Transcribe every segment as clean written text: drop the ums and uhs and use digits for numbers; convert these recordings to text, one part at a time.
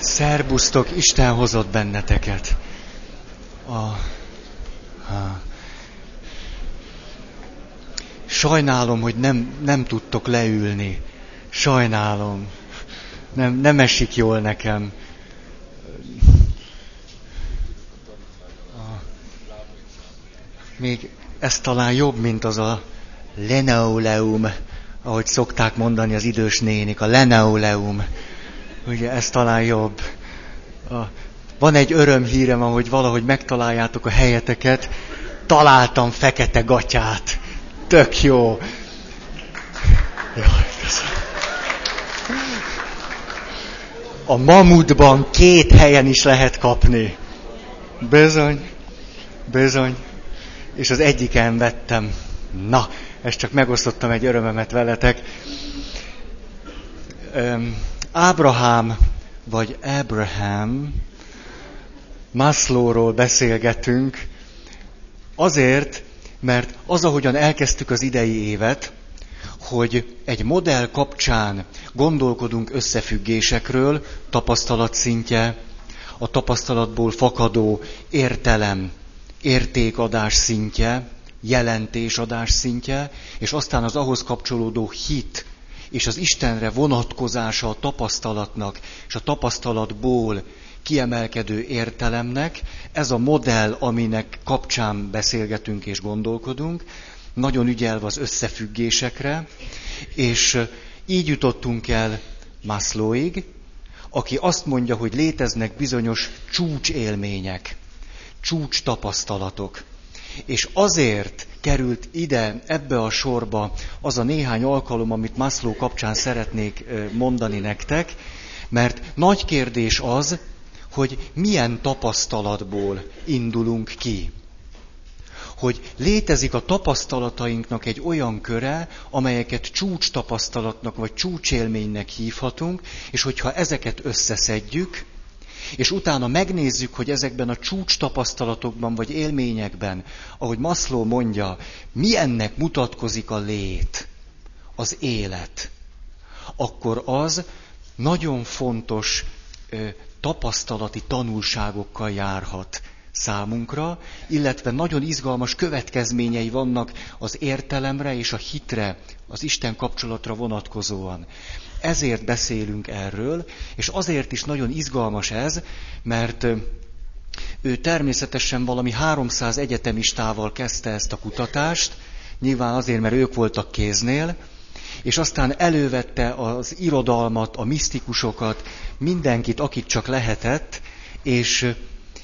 Szerbusztok, Isten hozott benneteket. Sajnálom, hogy nem tudtok leülni. Sajnálom. Nem esik jól nekem. Még ez talán jobb, mint az a linoleum, ahogy szokták mondani az idős nénik, a linoleum. Ugye ez talán jobb. Van egy örömhírem, ahogy valahogy megtaláljátok a helyeteket. Találtam fekete gatyát. Tök jó. A Mamutban 2 helyen is lehet kapni. Bizony. És az egyiken vettem. Na, ezt csak megosztottam egy örömemet veletek. Abraham Maslowról beszélgetünk, azért, mert az, ahogyan elkezdtük az idei évet, hogy egy modell kapcsán gondolkodunk összefüggésekről, tapasztalatszintje, a tapasztalatból fakadó értelem, értékadás szintje, jelentésadás szintje, és aztán az ahhoz kapcsolódó hit, és az Istenre vonatkozása a tapasztalatnak, és a tapasztalatból kiemelkedő értelemnek, ez a modell, aminek kapcsán beszélgetünk és gondolkodunk, nagyon ügyelve az összefüggésekre, és így jutottunk el Maslowig, aki azt mondja, hogy léteznek bizonyos csúcsélmények, csúcstapasztalatok. És azért került ide, ebbe a sorba az a néhány alkalom, amit Maslow kapcsán szeretnék mondani nektek, mert nagy kérdés az, hogy milyen tapasztalatból indulunk ki. Hogy létezik a tapasztalatainknak egy olyan köre, amelyeket csúcstapasztalatnak vagy csúcsélménynek hívhatunk, és hogyha ezeket összeszedjük, és utána megnézzük, hogy ezekben a csúcstapasztalatokban vagy élményekben, ahogy Maslow mondja, milyennek mutatkozik a lét, az élet, akkor az nagyon fontos tapasztalati tanulságokkal járhat számunkra, illetve nagyon izgalmas következményei vannak az értelemre és a hitre, az Isten kapcsolatra vonatkozóan. Ezért beszélünk erről, és azért is nagyon izgalmas ez, mert ő természetesen valami 300 egyetemistával kezdte ezt a kutatást, nyilván azért, mert ők voltak kéznél, és aztán elővette az irodalmat, a misztikusokat, mindenkit, akit csak lehetett, és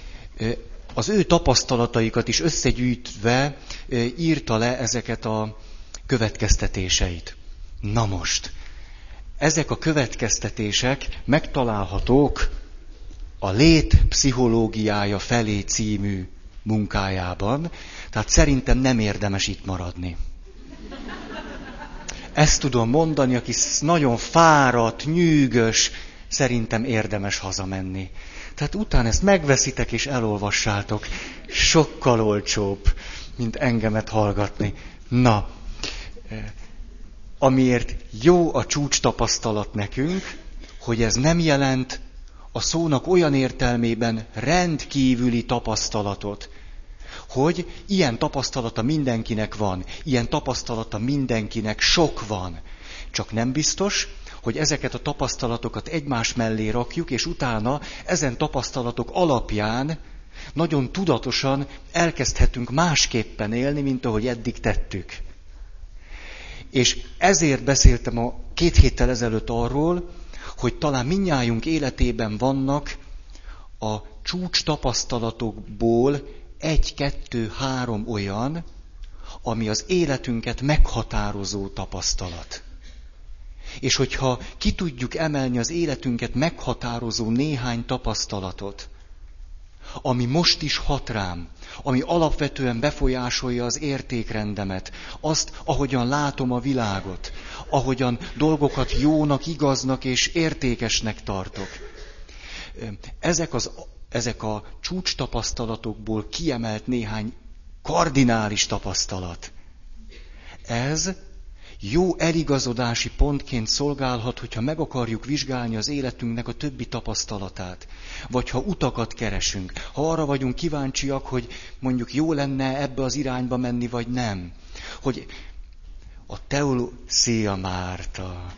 az ő tapasztalataikat is összegyűjtve írta le ezeket a következtetéseit. Na most, ezek a következtetések megtalálhatók a Lét pszichológiája felé című munkájában, tehát szerintem nem érdemes itt maradni. Ezt tudom mondani, aki nagyon fáradt, nyűgös, szerintem érdemes hazamenni. Tehát utána ezt megveszitek és elolvassátok. Sokkal olcsóbb, mint engemet hallgatni. Na, amiért jó a csúcstapasztalat nekünk, hogy ez nem jelent a szónak olyan értelmében rendkívüli tapasztalatot, hogy ilyen tapasztalata mindenkinek van, ilyen tapasztalata mindenkinek sok van. Csak nem biztos, hogy ezeket a tapasztalatokat egymás mellé rakjuk, és utána ezen tapasztalatok alapján nagyon tudatosan elkezdhetünk másképpen élni, mint ahogy eddig tettük. És ezért beszéltem a 2 héttel ezelőtt arról, hogy talán mindnyájunk életében vannak a csúcs tapasztalatokból 1, 2, 3 olyan, ami az életünket meghatározó tapasztalat. És hogyha ki tudjuk emelni az életünket meghatározó néhány tapasztalatot, ami most is hat rám, ami alapvetően befolyásolja az értékrendemet, azt, ahogyan látom a világot, ahogyan dolgokat jónak, igaznak és értékesnek tartok. Ezek a csúcs tapasztalatokból kiemelt néhány kardinális tapasztalat. Ez jó eligazodási pontként szolgálhat, hogyha meg akarjuk vizsgálni az életünknek a többi tapasztalatát. Vagy ha utakat keresünk, ha arra vagyunk kíváncsiak, hogy mondjuk jó lenne ebbe az irányba menni, vagy nem. Hogy Szia Márta!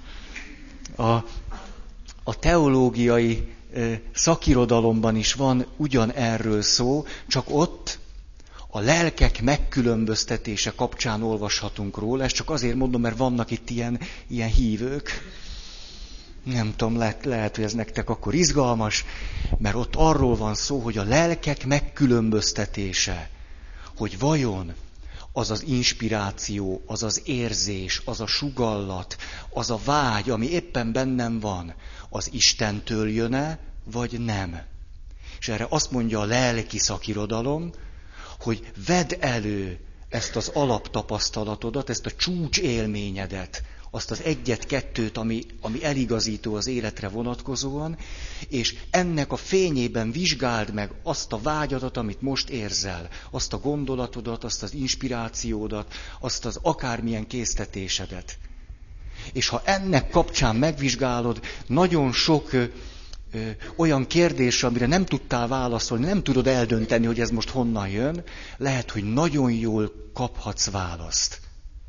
A teológiai szakirodalomban is van ugyanerről szó, csak ott a lelkek megkülönböztetése kapcsán olvashatunk róla. Ezt csak azért mondom, mert vannak itt ilyen hívők. Nem tudom, lehet, hogy ez nektek akkor izgalmas, mert ott arról van szó, hogy a lelkek megkülönböztetése, hogy vajon az az inspiráció, az az érzés, az a sugallat, az a vágy, ami éppen bennem van, az Istentől jön-e, vagy nem. És erre azt mondja a lelki szakirodalom, hogy vedd elő ezt az alaptapasztalatodat, ezt a csúcsélményedet, azt az egyet-kettőt, ami eligazító az életre vonatkozóan, és ennek a fényében vizsgáld meg azt a vágyadat, amit most érzel, azt a gondolatodat, azt az inspirációdat, azt az akármilyen késztetésedet. És ha ennek kapcsán megvizsgálod, nagyon sok olyan kérdés, amire nem tudtál válaszolni, nem tudod eldönteni, hogy ez most honnan jön, lehet, hogy nagyon jól kaphatsz választ.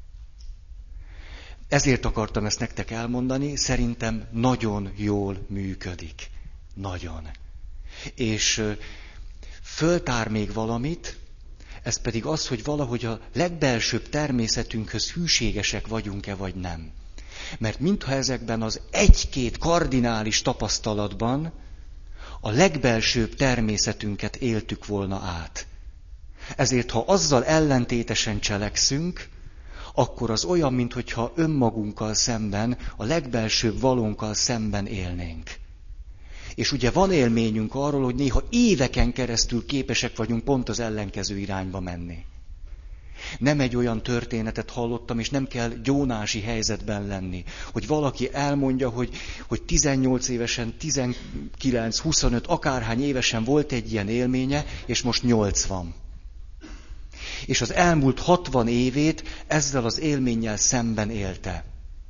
Ezért akartam ezt nektek elmondani, szerintem nagyon jól működik. Nagyon. És föltár még valamit, ez pedig az, hogy valahogy a legbelsőbb természetünkhöz hűségesek vagyunk-e, vagy nem. Mert mintha ezekben az egy-két kardinális tapasztalatban a legbelsőbb természetünket éltük volna át. Ezért, ha azzal ellentétesen cselekszünk, akkor az olyan, mintha önmagunkkal szemben, a legbelsőbb valónkkal szemben élnénk. És ugye van élményünk arról, hogy néha éveken keresztül képesek vagyunk pont az ellenkező irányba menni. Nem egy olyan történetet hallottam, és nem kell gyónási helyzetben lenni, hogy valaki elmondja, hogy 18 évesen, 19, 25, akárhány évesen volt egy ilyen élménye, és most 80. És az elmúlt 60 évét ezzel az élménnyel szemben élte.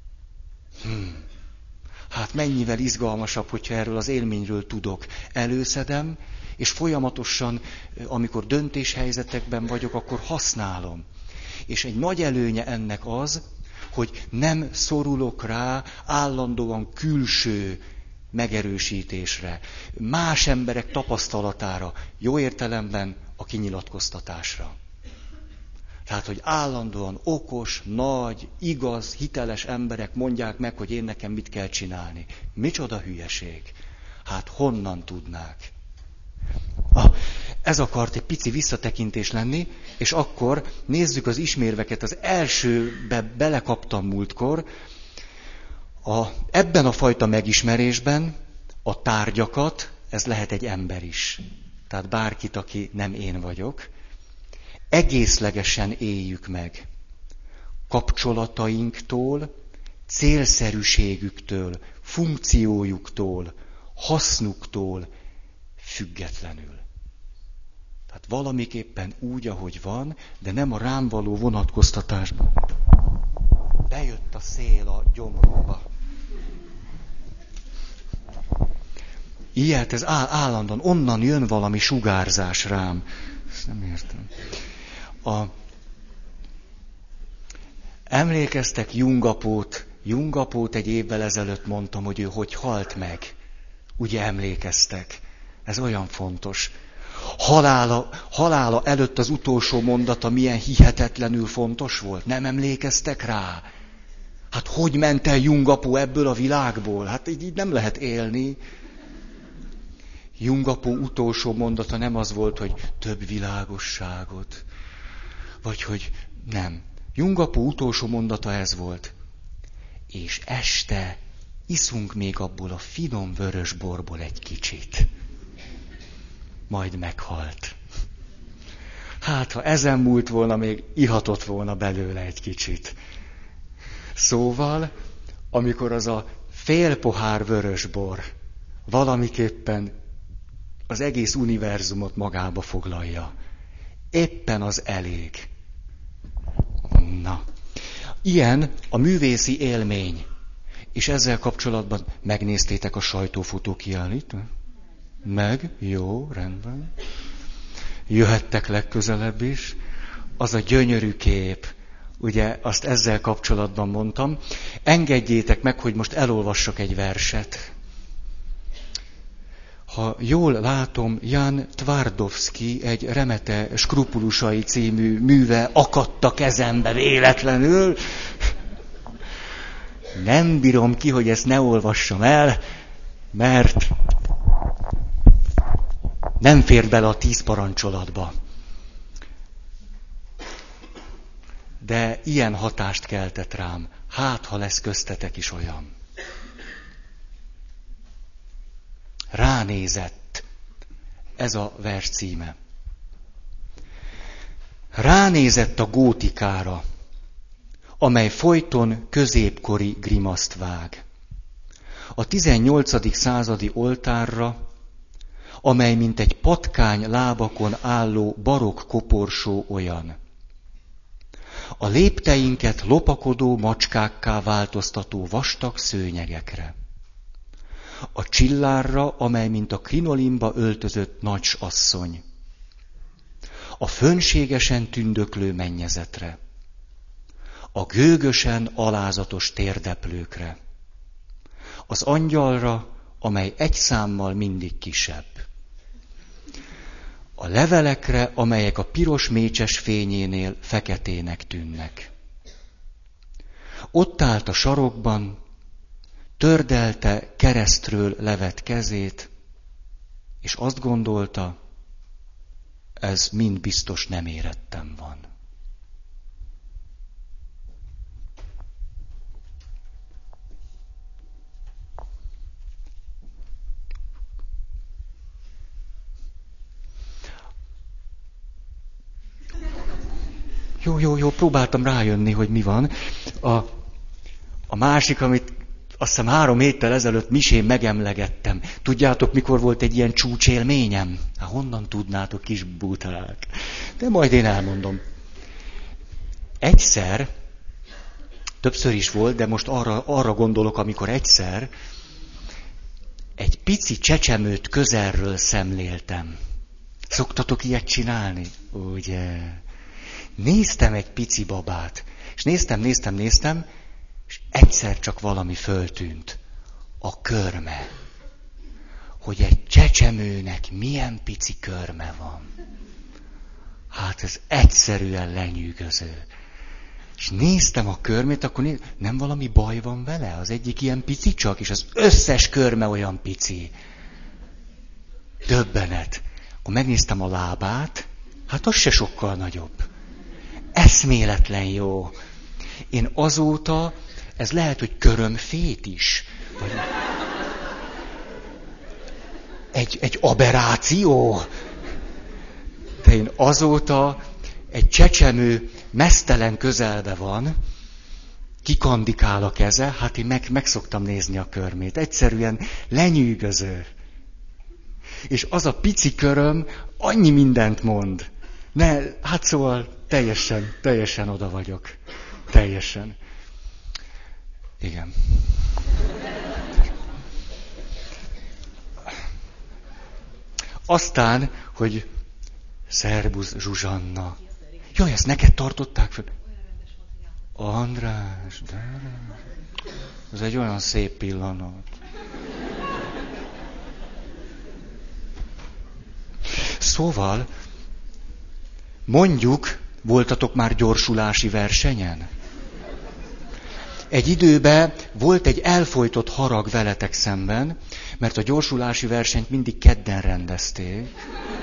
Hát mennyivel izgalmasabb, hogyha erről az élményről tudok. Előszedem, és folyamatosan, amikor döntéshelyzetekben vagyok, akkor használom. És egy nagy előnye ennek az, hogy nem szorulok rá állandóan külső megerősítésre, más emberek tapasztalatára, jó értelemben a kinyilatkoztatásra. Tehát, hogy állandóan okos, nagy, igaz, hiteles emberek mondják meg, hogy én nekem mit kell csinálni. Micsoda hülyeség. Hát honnan tudnák? Ez akart egy pici visszatekintés lenni, és akkor nézzük az ismérveket. Az elsőbe belekaptam múltkor. Ebben a fajta megismerésben a tárgyakat, ez lehet egy ember is. Tehát bárkit, aki nem én vagyok, egészlegesen éljük meg. Kapcsolatainktól, célszerűségüktől, funkciójuktól, hasznuktól függetlenül. Tehát valamiképpen úgy, ahogy van, de nem a rám való vonatkoztatásban. Bejött a szél a gyomromba. Ilyet, ez állandóan, onnan jön valami sugárzás rám. Ezt nem értem. Emlékeztek Jungapót egy évvel ezelőtt mondtam, hogy ő hogy halt meg. Ugye emlékeztek? Ez olyan fontos. Halála előtt az utolsó mondata milyen hihetetlenül fontos volt. Nem emlékeztek rá? Hát hogy ment el Jungapó ebből a világból? Hát így nem lehet élni. Jungapó utolsó mondata nem az volt, hogy több világosságot. Vagy hogy nem. Jungapó utolsó mondata ez volt. És este iszunk még abból a finom vörös borból egy kicsit. Majd meghalt. Hát, ha ezen múlt volna, még ihatott volna belőle egy kicsit. Szóval, amikor az a fél pohár vörös bor valamiképpen az egész univerzumot magába foglalja, éppen az elég. Na, Ilyen a művészi élmény. És ezzel kapcsolatban megnéztétek a sajtófutó kiállítást? Meg? Jó, rendben. Jöhettek legközelebb is. Az a gyönyörű kép, ugye azt ezzel kapcsolatban mondtam. Engedjétek meg, hogy most elolvassak egy verset. Ha jól látom, Jan Twardowski egy Remete skrupulusai című műve akadt a kezembe véletlenül. Nem bírom ki, hogy ezt ne olvassam el, mert nem fér bele a 10 parancsolatba. De ilyen hatást keltett rám. Hát, ha lesz köztetek is olyan. Ránézett. Ez a vers címe. Ránézett a gótikára, amely folyton középkori grimaszt vág. A 18. századi oltárra, amely mint egy patkány lábakon álló barokk koporsó olyan. A lépteinket lopakodó macskákká változtató vastag szőnyegekre. A csillárra, amely mint a krinolinba öltözött nagy asszony. A fönségesen tündöklő mennyezetre. A gőgösen alázatos térdeplőkre. Az angyalra, amely egy számmal mindig kisebb. A levelekre, amelyek a piros mécses fényénél feketének tűnnek. Ott állt a sarokban, tördelte keresztről levett kezét, és azt gondolta, ez mind biztos nem érettem van. Jó, próbáltam rájönni, hogy mi van. A másik, amit azt hiszem 3 héttel ezelőtt misén megemlegettem. Tudjátok, mikor volt egy ilyen csúcsélményem? Hát honnan tudnátok, kis buták? De majd én elmondom. Egyszer, többször is volt, de most arra gondolok, amikor egyszer egy pici csecsemőt közelről szemléltem. Szoktatok ilyet csinálni? Ugye? Néztem egy pici babát, és néztem, és egyszer csak valami föltűnt. A körme. Hogy egy csecsemőnek milyen pici körme van. Hát ez egyszerűen lenyűgöző. És néztem a körmét, akkor nem valami baj van vele? Az egyik ilyen pici csak, és az összes körme olyan pici. Döbbenet. Akkor megnéztem a lábát, hát az se sokkal nagyobb. Eszméletlen jó. Én azóta, ez lehet, hogy körömfét is. Vagy egy aberráció. De én azóta egy csecsemő meztelen közelbe van, kikandikál a keze, hát én meg szoktam nézni a körmét. Egyszerűen lenyűgöző. És az a pici köröm annyi mindent mond. Hát szóval teljesen oda vagyok. Teljesen. Igen. Aztán, hogy szerbusz Zsuzsanna. Jaj, ezt neked tartották föl? András, de... Ez egy olyan szép pillanat. Szóval, mondjuk, voltatok már gyorsulási versenyen? Egy időben volt egy elfojtott harag veletek szemben, mert a gyorsulási versenyt mindig kedden rendezték.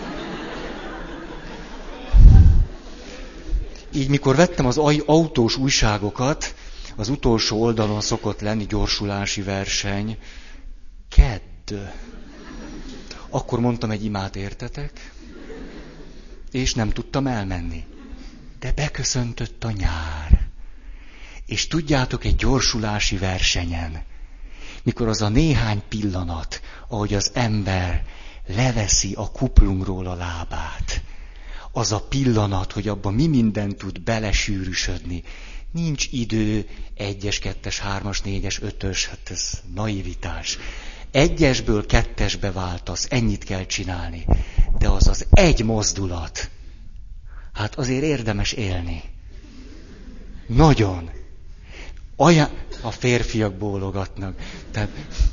Így mikor vettem az autós újságokat, az utolsó oldalon szokott lenni gyorsulási verseny. Kedd. Akkor mondtam egy imát, értetek? És nem tudtam elmenni. De beköszöntött a nyár. És tudjátok, egy gyorsulási versenyen, mikor az a néhány pillanat, ahogy az ember leveszi a kuplungról a lábát, az a pillanat, hogy abban mi minden tud belesűrűsödni, Nincs idő 1-es, 2-es, 3-as, 4-es, 5-ös, hát ez naivitás. 1-esből 2-esbe váltasz, ennyit kell csinálni. De az az egy mozdulat, hát azért érdemes élni. Nagyon. A férfiak bólogatnak. Tehát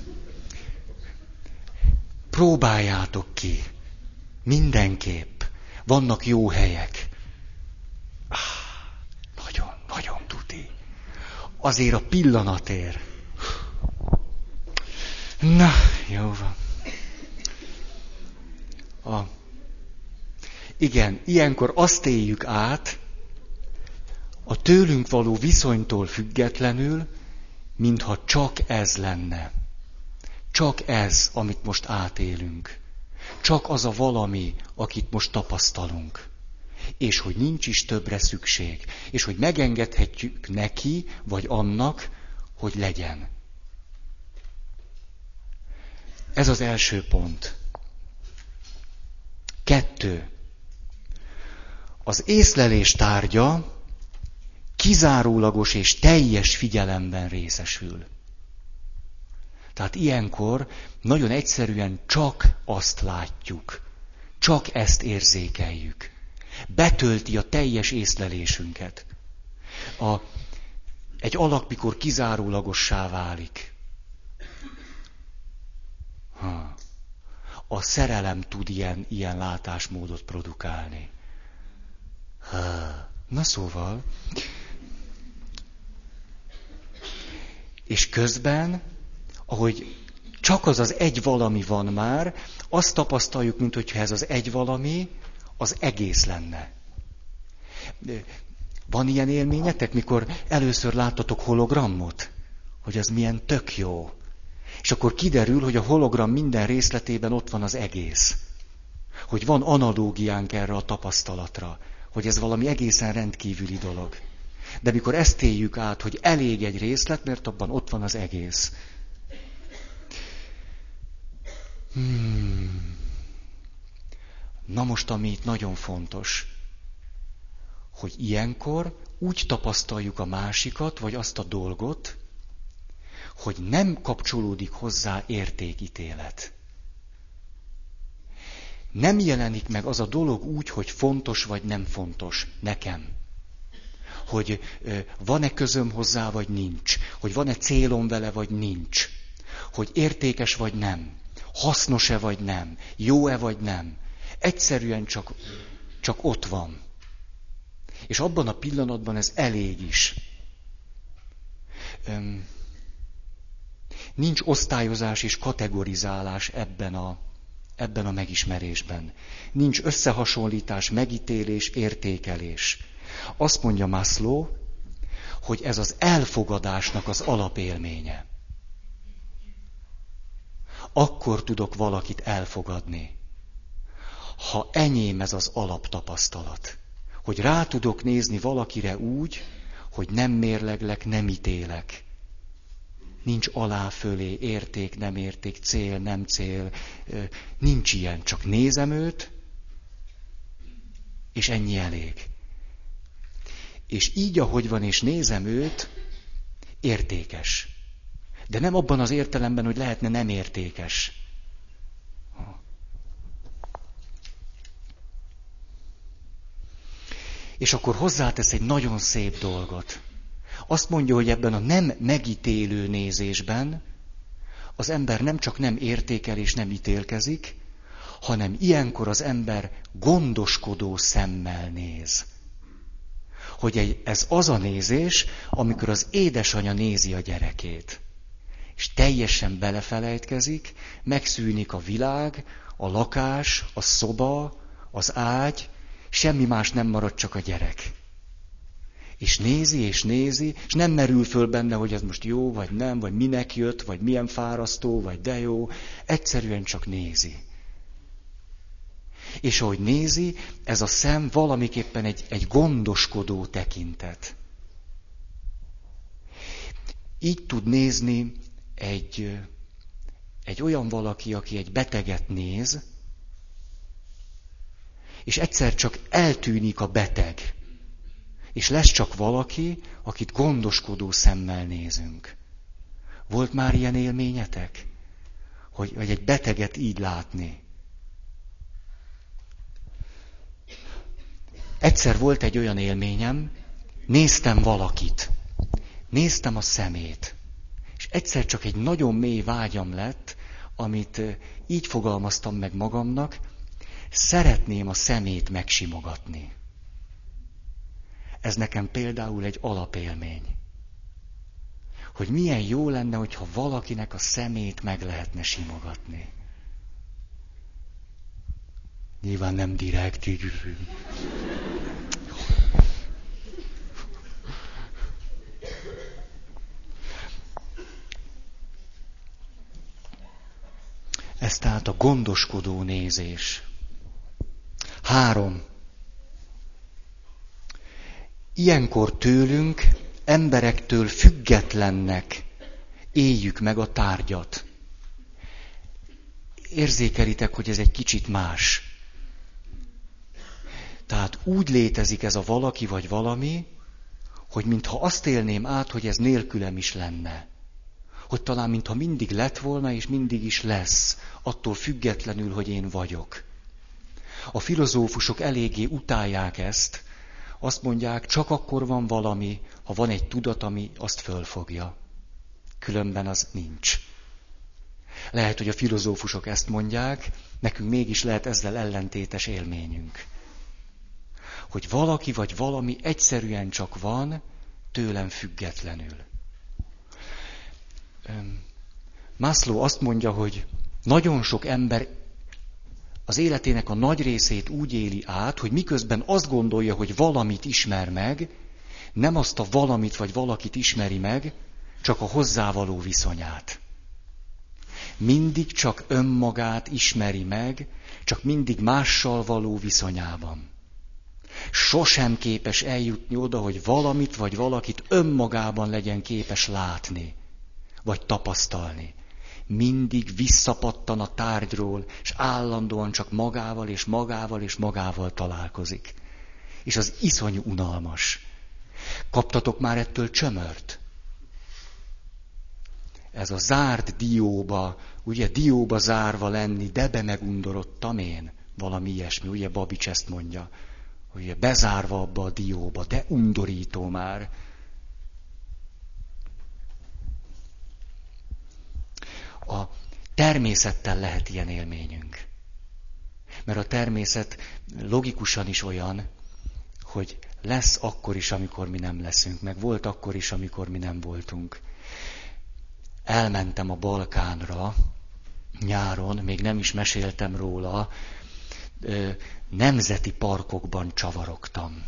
próbáljátok ki. Mindenképp. Vannak jó helyek. Nagyon, nagyon tuti. Azért a pillanatért. Na, jó van. Igen, ilyenkor azt éljük át, a tőlünk való viszonytól függetlenül, mintha csak ez lenne. Csak ez, amit most átélünk. Csak az a valami, akit most tapasztalunk. És hogy nincs is többre szükség. És hogy megengedhetjük neki, vagy annak, hogy legyen. Ez az első pont. 2. Az észlelés tárgya kizárólagos és teljes figyelemben részesül. Tehát ilyenkor nagyon egyszerűen csak azt látjuk, csak ezt érzékeljük. Betölti a teljes észlelésünket. Egy alak, mikor kizárólagossá válik. A szerelem tud ilyen látásmódot produkálni. Na szóval... És közben, ahogy csak az az egy valami van már, azt tapasztaljuk, minthogyha ez az egy valami, az egész lenne. Van ilyen élményetek, mikor először láttatok hologramot? Hogy ez milyen tök jó. És akkor kiderül, hogy a hologram minden részletében ott van az egész. Hogy van analógiánk erre a tapasztalatra. Hogy ez valami egészen rendkívüli dolog. De mikor ezt éljük át, hogy elég egy részlet, mert abban ott van az egész. Na most, ami itt nagyon fontos, hogy ilyenkor úgy tapasztaljuk a másikat, vagy azt a dolgot, hogy nem kapcsolódik hozzá értékítélet. Nem jelenik meg az a dolog úgy, hogy fontos vagy nem fontos nekem. Hogy van-e közöm hozzá, vagy nincs. Hogy van-e célom vele, vagy nincs. Hogy értékes, vagy nem. Hasznos-e, vagy nem. Jó-e, vagy nem. Egyszerűen csak ott van. És abban a pillanatban ez elég is. Nincs osztályozás és kategorizálás ebben a megismerésben. Nincs összehasonlítás, megítélés, értékelés. Azt mondja Maslow, hogy ez az elfogadásnak az alapélménye. Akkor tudok valakit elfogadni, ha enyém ez az alaptapasztalat. Hogy rá tudok nézni valakire úgy, hogy nem mérleglek, nem ítélek. Nincs alá-fölé, érték, nem érték, cél, nem cél. Nincs ilyen, csak nézem őt, és ennyi elég. És így, ahogy van, és nézem őt, értékes. De nem abban az értelemben, hogy lehetne nem értékes. És akkor hozzátesz egy nagyon szép dolgot. Azt mondja, hogy ebben a nem megítélő nézésben az ember nem csak nem értékel és nem ítélkezik, hanem ilyenkor az ember gondoskodó szemmel néz. Hogy ez az a nézés, amikor az édesanya nézi a gyerekét. És teljesen belefelejtkezik, megszűnik a világ, a lakás, a szoba, az ágy, semmi más nem marad, csak a gyerek. És nézi, és nem merül föl benne, hogy ez most jó, vagy nem, vagy minek jött, vagy milyen fárasztó, vagy de jó. Egyszerűen csak nézi. És ahogy nézi, ez a szem valamiképpen egy gondoskodó tekintet. Így tud nézni egy olyan valaki, aki egy beteget néz, és egyszer csak eltűnik a beteg. És lesz csak valaki, akit gondoskodó szemmel nézünk. Volt már ilyen élményetek? Hogy egy beteget így látni? Egyszer volt egy olyan élményem, néztem valakit, néztem a szemét, és egyszer csak egy nagyon mély vágyam lett, amit így fogalmaztam meg magamnak, szeretném a szemét megsimogatni. Ez nekem például egy alapélmény. Hogy milyen jó lenne, hogyha valakinek a szemét meg lehetne simogatni. Nyilván nem direkt, így. Ez tehát a gondoskodó nézés. 3. Ilyenkor tőlünk, emberektől függetlennek éljük meg a tárgyat. Érzékelitek, hogy ez egy kicsit más. Tehát úgy létezik ez a valaki vagy valami, hogy mintha azt élném át, hogy ez nélkülem is lenne. Hogy talán mintha mindig lett volna, és mindig is lesz, attól függetlenül, hogy én vagyok. A filozófusok eléggé utálják ezt, azt mondják, csak akkor van valami, ha van egy tudat, ami azt fölfogja. Különben az nincs. Lehet, hogy a filozófusok ezt mondják, nekünk mégis lehet ezzel ellentétes élményünk. Hogy valaki vagy valami egyszerűen csak van, tőlem függetlenül. Maslow azt mondja, hogy nagyon sok ember az életének a nagy részét úgy éli át, hogy miközben azt gondolja, hogy valamit ismer meg, nem azt a valamit vagy valakit ismeri meg, csak a hozzávaló viszonyát. Mindig csak önmagát ismeri meg, csak mindig mással való viszonyában. Sosem képes eljutni oda, hogy valamit vagy valakit önmagában legyen képes látni, vagy tapasztalni. Mindig visszapattan a tárgyról, és állandóan csak magával és magával és magával találkozik. És az iszonyú unalmas. Kaptatok már ettől csömört? Ez a zárt dióba, ugye dióba zárva lenni, de be megundorodtam én. Valami ilyesmi, ugye Babics ezt mondja. Ugye bezárva abba a dióba, de undorító már. A természettel lehet ilyen élményünk. Mert a természet logikusan is olyan, hogy lesz akkor is, amikor mi nem leszünk, meg volt akkor is, amikor mi nem voltunk. Elmentem a Balkánra nyáron, még nem is meséltem róla, nemzeti parkokban csavarogtam.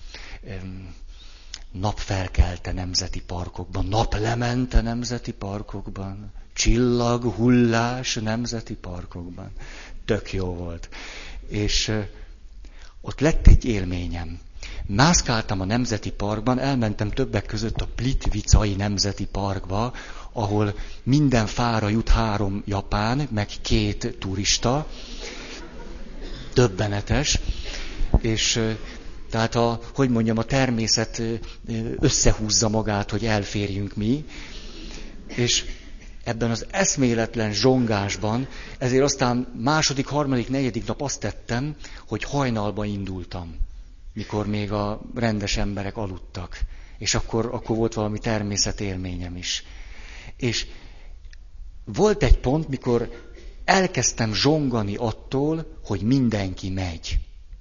Napfelkelte nemzeti parkokban, naplemente nemzeti parkokban, csillaghullás nemzeti parkokban. Tök jó volt. És ott lett egy élményem. Mászkáltam a nemzeti parkban, elmentem többek között a Plitvicai nemzeti parkba, ahol minden fára jut 3 japán, meg 2 turista. Döbbenetes. És tehát a természet összehúzza magát, hogy elférjünk mi. És ebben az eszméletlen zsongásban, ezért aztán második, harmadik, negyedik nap azt tettem, hogy hajnalba indultam, mikor még a rendes emberek aludtak. És akkor volt valami természetélményem is. És volt egy pont, mikor elkezdtem zsongani attól, hogy mindenki megy.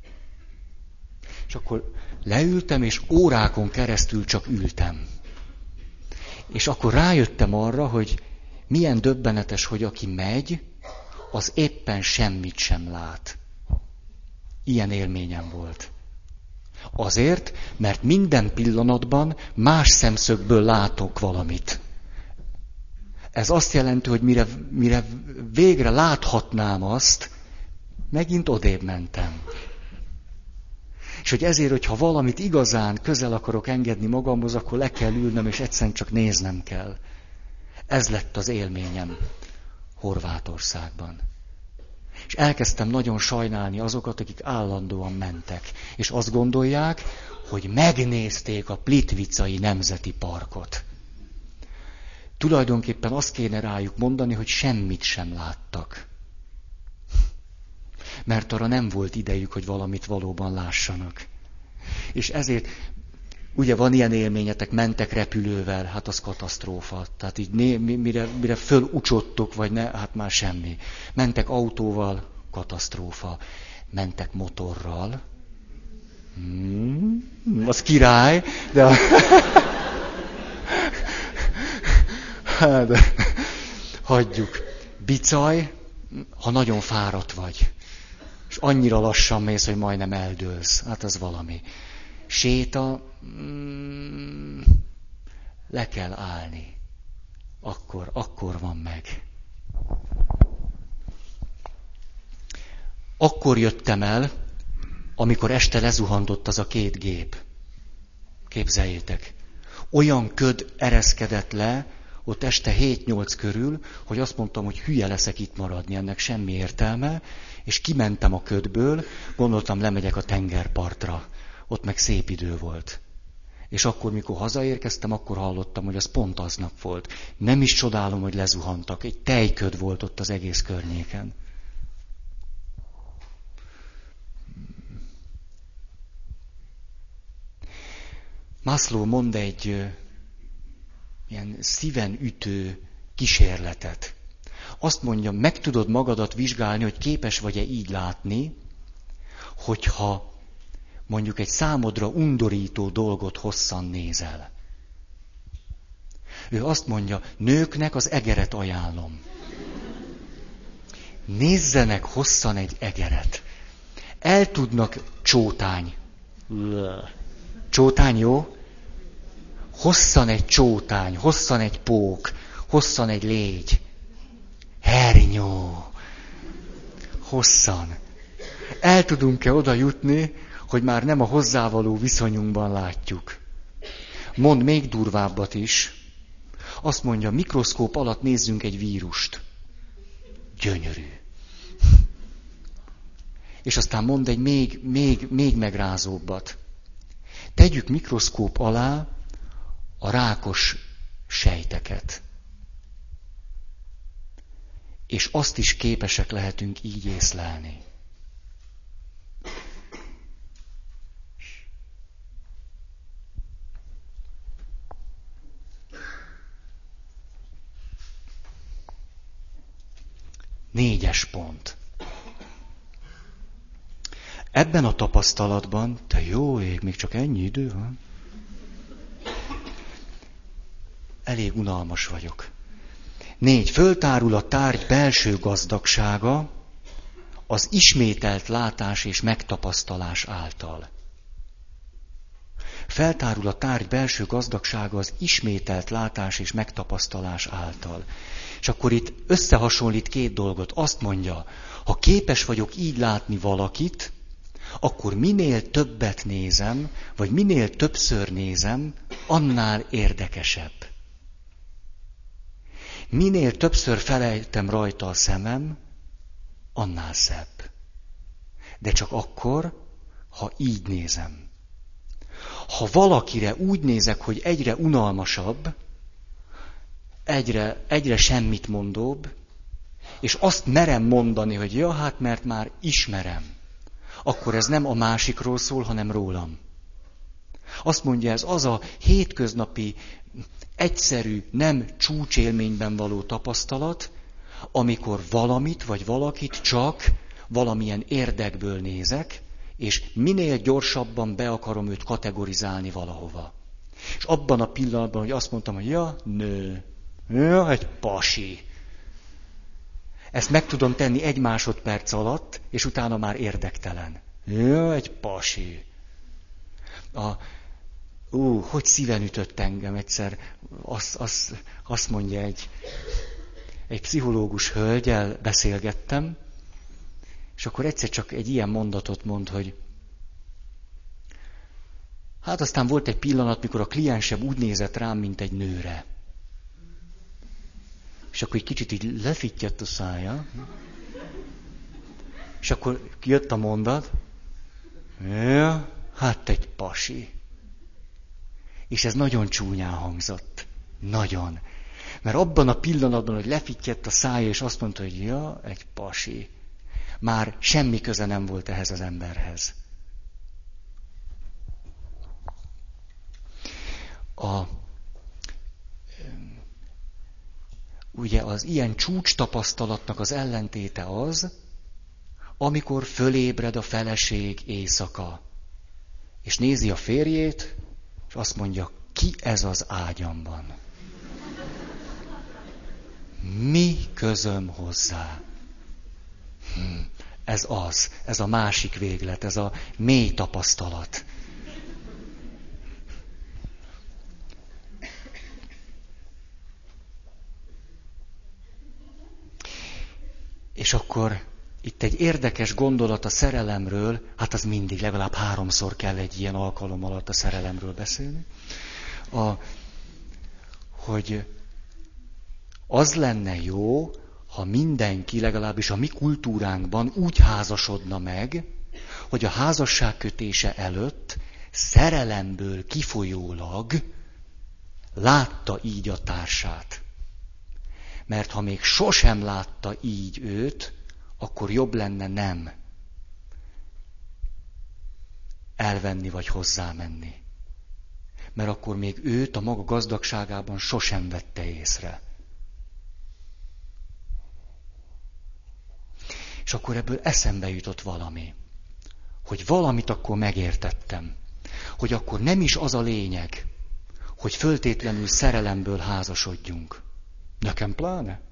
És akkor leültem, és órákon keresztül csak ültem. És akkor rájöttem arra, hogy milyen döbbenetes, hogy aki megy, az éppen semmit sem lát. Ilyen élményem volt. Azért, mert minden pillanatban más szemszögből látok valamit. Ez azt jelenti, hogy mire végre láthatnám azt, megint odébb mentem. És hogy ezért, hogyha valamit igazán közel akarok engedni magamhoz, akkor le kell ülnöm, és egyszerűen csak néznem kell. Ez lett az élményem Horvátországban. És elkezdtem nagyon sajnálni azokat, akik állandóan mentek. És azt gondolják, hogy megnézték a Plitvicai Nemzeti Parkot. Tulajdonképpen azt kéne rájuk mondani, hogy semmit sem láttak. Mert arra nem volt idejük, hogy valamit valóban lássanak. És ezért, ugye van ilyen élményetek, mentek repülővel, hát az katasztrófa. Tehát így mire fölucsottok, vagy ne, hát már semmi. Mentek autóval, katasztrófa. Mentek motorral. Az király, de... Hát, hagyjuk. Bicaj, ha nagyon fáradt vagy. És annyira lassan mész, hogy majdnem eldőlsz. Hát az valami. Séta, le kell állni. Akkor van meg. Akkor jöttem el, amikor este lezuhantott az a 2 gép. Képzeljétek. Olyan köd ereszkedett le, ott este 7-8 körül, hogy azt mondtam, hogy hülye leszek itt maradni, ennek semmi értelme, és kimentem a ködből, gondoltam, lemegyek a tengerpartra. Ott meg szép idő volt. És akkor, mikor hazaérkeztem, akkor hallottam, hogy az pont aznap volt. Nem is csodálom, hogy lezuhantak. Egy tejköd volt ott az egész környéken. Maslow mond egy ilyen szíven ütő kísérletet. Azt mondja, meg tudod magadat vizsgálni, hogy képes vagy-e így látni, hogyha mondjuk egy számodra undorító dolgot hosszan nézel. Ő azt mondja, nőknek az egeret ajánlom. Nézzenek hosszan egy egeret. El tudnak csótány. Csótány jó? Hosszan egy csótány, hosszan egy pók, hosszan egy légy. Hernyó. Hosszan. El tudunk-e oda jutni, hogy már nem a hozzávaló viszonyunkban látjuk? Mond még durvábbat is. Azt mondja, mikroszkóp alatt nézzünk egy vírust. Gyönyörű. És aztán mond egy még megrázóbbat. Tegyük mikroszkóp alá a rákos sejteket. És azt is képesek lehetünk így észlelni. Négyes pont. Ebben a tapasztalatban, te jó ég, még csak ennyi idő van? Elég unalmas vagyok. 4. Föltárul a tárgy belső gazdagsága az ismételt látás és megtapasztalás által. Feltárul a tárgy belső gazdagsága az ismételt látás és megtapasztalás által. És akkor itt összehasonlít 2 dolgot. Azt mondja, ha képes vagyok így látni valakit, akkor minél többet nézem, vagy minél többször nézem, annál érdekesebb. Minél többször felejtem rajta a szemem, annál szebb. De csak akkor, ha így nézem. Ha valakire úgy nézek, hogy egyre unalmasabb, egyre semmit mondóbb, és azt merem mondani, hogy ja, hát mert már ismerem, akkor ez nem a másikról szól, hanem rólam. Azt mondja, ez az a hétköznapi, egyszerű, nem csúcsélményben való tapasztalat, amikor valamit vagy valakit csak valamilyen érdekből nézek, és minél gyorsabban be akarom őt kategorizálni valahova. És abban a pillanatban, hogy azt mondtam, hogy ja, nő, ja, egy pasi. Ezt meg tudom tenni 1 másodperc alatt, és utána már érdektelen. Ja, egy pasi. Hogy szíven ütött engem egyszer, azt mondja, egy pszichológus hölgyel beszélgettem, és akkor egyszer csak egy ilyen mondatot mond, hogy hát aztán volt egy pillanat, mikor a kliensem úgy nézett rám, mint egy nőre. És akkor egy kicsit így lefittyett a szája. És akkor jött a mondat, ja, hát egy pasi. És ez nagyon csúnyán hangzott. Nagyon. Mert abban a pillanatban, hogy lefittyett a szája, és azt mondta, hogy ja, egy pasi. Már semmi köze nem volt ehhez az emberhez. Ugye az ilyen csúcs tapasztalatnak az ellentéte az, amikor fölébred a feleség éjszaka, és nézi a férjét, és azt mondja, ki ez az ágyamban? Mi közöm hozzá? Ez a másik véglet, ez a mély tapasztalat. És akkor itt egy érdekes gondolat a szerelemről, hát az mindig, legalább 3-szor kell egy ilyen alkalom alatt a szerelemről beszélni, hogy az lenne jó, ha mindenki, legalábbis a mi kultúránkban úgy házasodna meg, hogy a házasság kötése előtt szerelemből kifolyólag látta így a társát. Mert ha még sosem látta így őt, akkor jobb lenne nem elvenni vagy hozzámenni. Mert akkor még őt a maga gazdagságában sosem vette észre. És akkor ebből eszembe jutott valami, hogy valamit akkor megértettem, hogy akkor nem is az a lényeg, hogy föltétlenül szerelemből házasodjunk. Nekem pláne.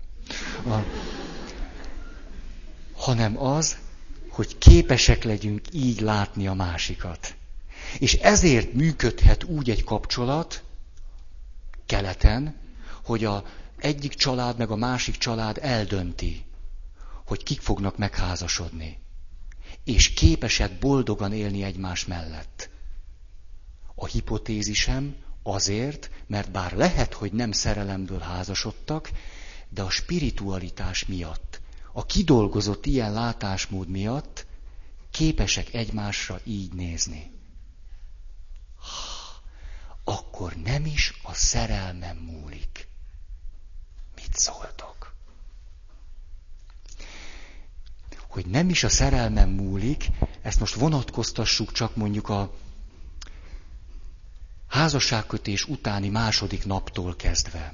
Hanem az, hogy képesek legyünk így látni a másikat. És ezért működhet úgy egy kapcsolat keleten, hogy az egyik család meg a másik család eldönti, hogy kik fognak megházasodni. És képesek boldogan élni egymás mellett. A hipotézisem azért, mert bár lehet, hogy nem szerelemből házasodtak, de a spiritualitás miatt, a kidolgozott ilyen látásmód miatt képesek egymásra így nézni. Akkor nem is a szerelmem múlik. Mit szóltok? Hogy nem is a szerelmem múlik, ezt most vonatkoztassuk csak mondjuk a házasságkötés utáni második naptól kezdve.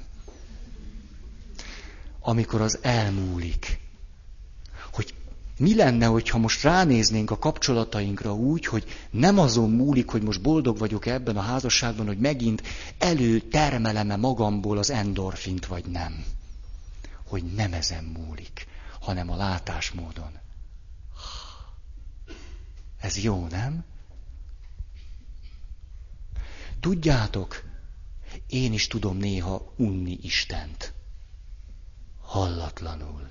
Amikor az elmúlik. Hogy mi lenne, hogyha most ránéznénk a kapcsolatainkra úgy, hogy nem azon múlik, hogy most boldog vagyok ebben a házasságban, hogy megint előtermelem-e magamból az endorfint, vagy nem. Hogy nem ezen múlik, hanem a látásmódon. Ez jó, nem? Tudjátok, én is tudom néha unni Istent. Hallatlanul.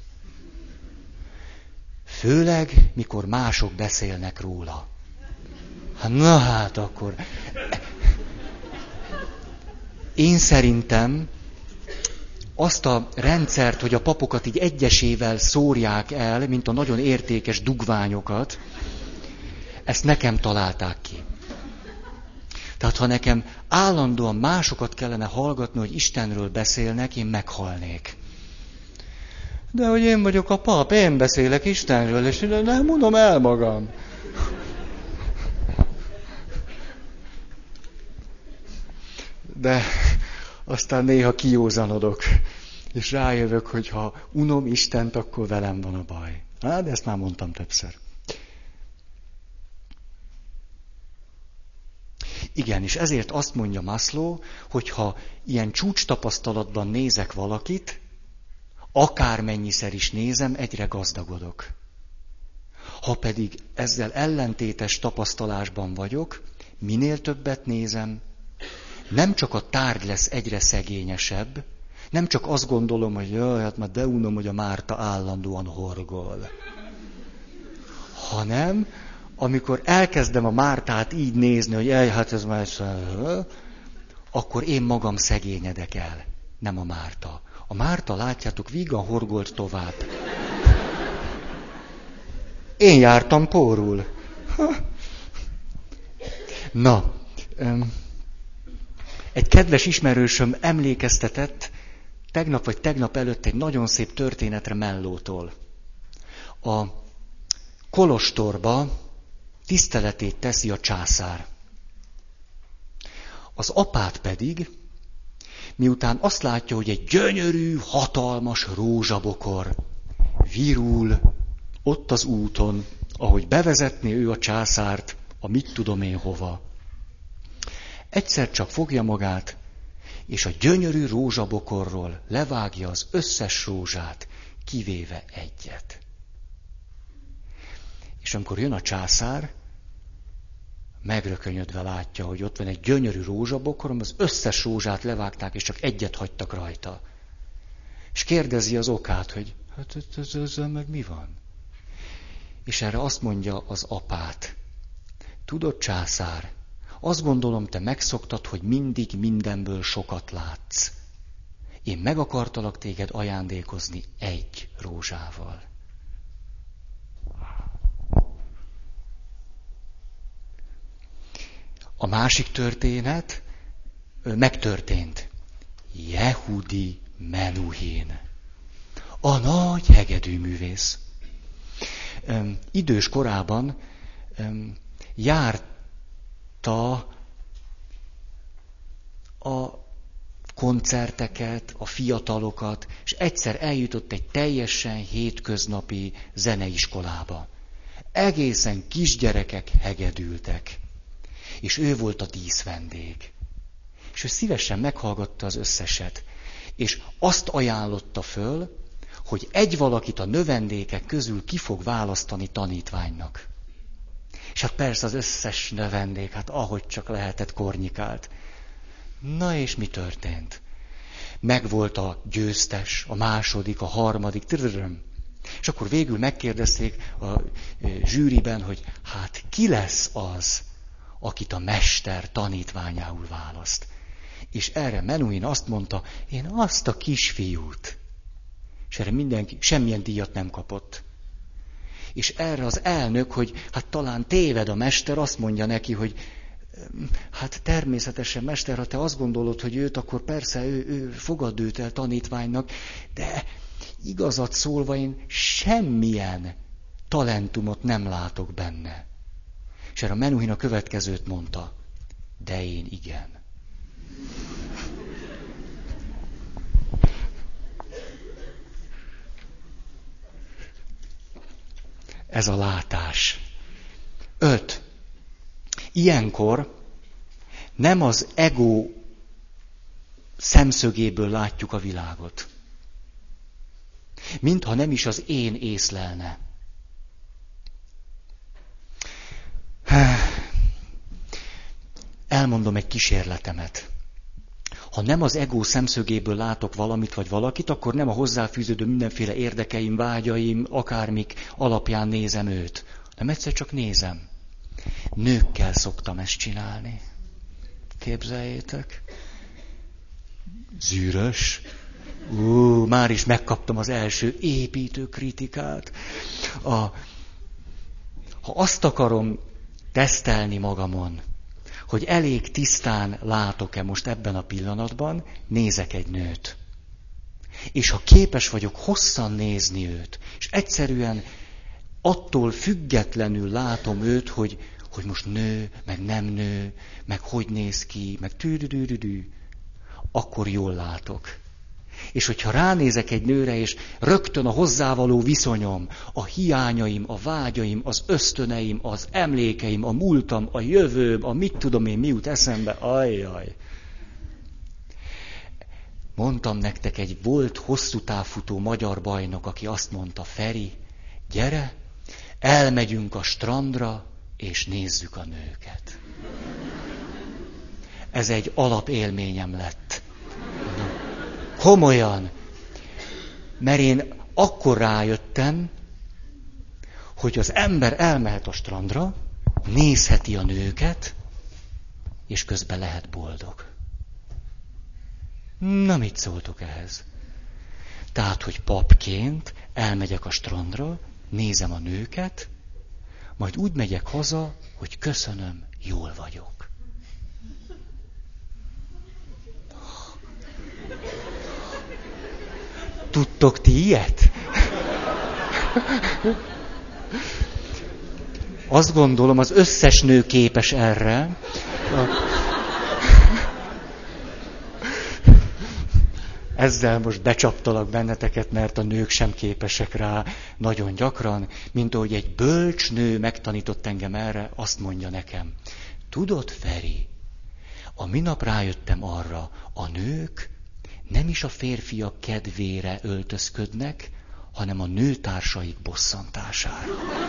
Főleg, mikor mások beszélnek róla. Na hát akkor. Én szerintem azt a rendszert, hogy a papokat így egyesével szórják el, mint a nagyon értékes dugványokat, ezt nekem találták ki. Tehát ha nekem állandóan másokat kellene hallgatni, hogy Istenről beszélnek, én meghalnék. De hogy én vagyok a pap, én beszélek Istenről, és nem mondom el magam. De aztán néha kijózanodok, és rájövök, hogy ha unom Istent, akkor velem van a baj. De ezt már mondtam többször. Igen, és ezért azt mondja Maslow, hogy ha ilyen csúcstapasztalatban nézek valakit, akármennyiszer is nézem, egyre gazdagodok. Ha pedig ezzel ellentétes tapasztalásban vagyok, minél többet nézem, nem csak a tárgy lesz egyre szegényesebb, nem csak azt gondolom, hogy jaj, hát már de unom, hogy a Márta állandóan horgol, hanem amikor elkezdem a Mártát így nézni, hogy hát ez már akkor én magam szegényedek el, nem a Márta. A Márta, látjátok, vígan horgolt tovább. Én jártam pórul. Na, egy kedves ismerősöm emlékeztetett tegnap vagy tegnap előtt egy nagyon szép történetre Mellótól. A kolostorba tiszteletét teszi a császár. Az apát pedig, miután azt látja, hogy egy gyönyörű, hatalmas rózsabokor virul ott az úton, ahogy bevezetné ő a császárt, a mit tudom én hova. Egyszer csak fogja magát, és a gyönyörű rózsabokorról levágja az összes rózsát, kivéve egyet. És amikor jön a császár, megrökönyödve látja, hogy ott van egy gyönyörű rózsabokor, az összes rózsát levágták, és csak egyet hagytak rajta. És kérdezi az okát, hogy hát ezzel meg mi van? És erre azt mondja az apát, tudod, császár, azt gondolom, te megszoktad, hogy mindig mindenből sokat látsz. Én meg akartalak téged ajándékozni egy rózsával. A másik történet megtörtént. Jehudi Menuhin, a nagy hegedűművész. Idős korában járta a koncerteket, a fiatalokat, és egyszer eljutott egy teljesen hétköznapi zeneiskolába. Egészen kisgyerekek hegedültek, és ő volt a díszvendég. És ő szívesen meghallgatta az összeset, és azt ajánlotta föl, hogy egy valakit a növendékek közül ki fog választani tanítványnak. És hát persze az összes növendék, hát ahogy csak lehetett, kornyikált. Na és mi történt? Megvolt a győztes, a második, a harmadik, és akkor végül megkérdezték a zsűriben, hogy hát ki lesz az, akit a mester tanítványául választ. És erre Menuhin azt mondta, én azt a kisfiút. És erre mindenki semmilyen díjat nem kapott. És erre az elnök, hogy hát talán téved a mester, azt mondja neki, hogy hát természetesen mester, ha te azt gondolod, hogy őt, akkor persze ő fogadd őt el tanítványnak, de igazat szólva én semmilyen talentumot nem látok benne. És erre a Menuhin a következőt mondta, de én igen. Ez a látás. 5. Ilyenkor nem az ego szemszögéből látjuk a világot. Mintha nem is az én észlelne. Elmondom egy kísérletemet. Ha nem az ego szemszögéből látok valamit vagy valakit, akkor nem a hozzáfűződő mindenféle érdekeim, vágyaim, akármik alapján nézem őt. Nem egyszer csak nézem. Nőkkel szoktam ezt csinálni. Képzeljétek. Zűrös. Már is megkaptam az első építő kritikát. Ha azt akarom tesztelni magamon, hogy elég tisztán látok-e most ebben a pillanatban, nézek egy nőt. És ha képes vagyok hosszan nézni őt, és egyszerűen attól függetlenül látom őt, hogy most nő, meg nem nő, meg hogy néz ki, meg tűrűrűrű, akkor jól látok. És hogyha ránézek egy nőre, és rögtön a hozzávaló viszonyom, a hiányaim, a vágyaim, az ösztöneim, az emlékeim, a múltam, a jövőm, a mit tudom én, mi jut eszembe, ajjaj. Mondtam nektek, egy volt hosszú távfutó magyar bajnok, aki azt mondta, Feri, gyere, elmegyünk a strandra, és nézzük a nőket. Ez egy alapélményem lett. Komolyan. Mert én akkor rájöttem, hogy az ember elmehet a strandra, nézheti a nőket, és közben lehet boldog. Na, mit szóltok ehhez? Tehát, hogy papként elmegyek a strandra, nézem a nőket, majd úgy megyek haza, hogy köszönöm, jól vagyok. Tudtok ti ilyet? Azt gondolom, az összes nő képes erre. Ezzel most becsaptalak benneteket, mert a nők sem képesek rá nagyon gyakran, mint ahogy egy bölcs nő megtanított engem erre, azt mondja nekem. Tudod, Feri, a minap rájöttem arra, a nők nem is a férfiak kedvére öltözködnek, hanem a nőtársaik bosszantására.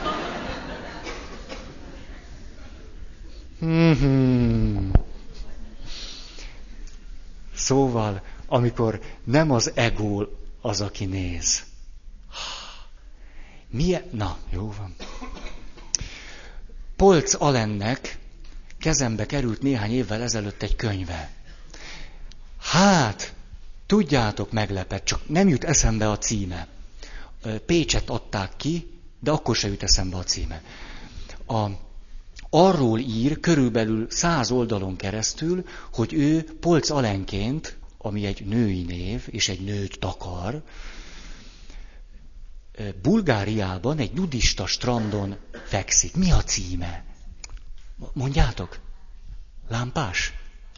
Szóval, amikor nem az ego az, aki néz. Milyen? Na, jó van. Polc Alennek kezembe került néhány évvel ezelőtt egy könyve. Hát, tudjátok, meglepett, csak nem jut eszembe a címe. Pécset adták ki, de akkor se jut eszembe a címe. Arról ír körülbelül 100 oldalon keresztül, hogy ő Polc Alenként, ami egy női név, és egy nőt takar, Bulgáriában egy nudista strandon fekszik. Mi a címe? Mondjátok? Lámpás?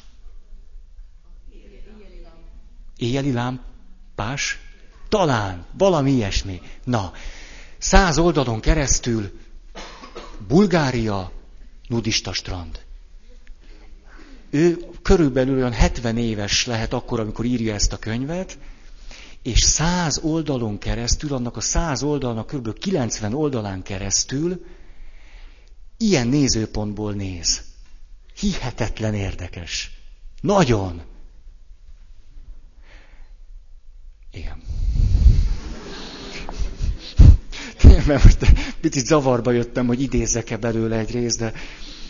Éjjeli lámpás? Talán, valami ilyesmi. Na, 100 oldalon keresztül Bulgária, nudista strand. Ő körülbelül olyan 70 éves lehet akkor, amikor írja ezt a könyvet, és 100 oldalon keresztül, annak a 100 oldalnak kb. 90 oldalán keresztül ilyen nézőpontból néz. Hihetetlen érdekes. Nagyon. Igen. Mert most picit zavarba jöttem, hogy idézzek-e belőle egy részt, de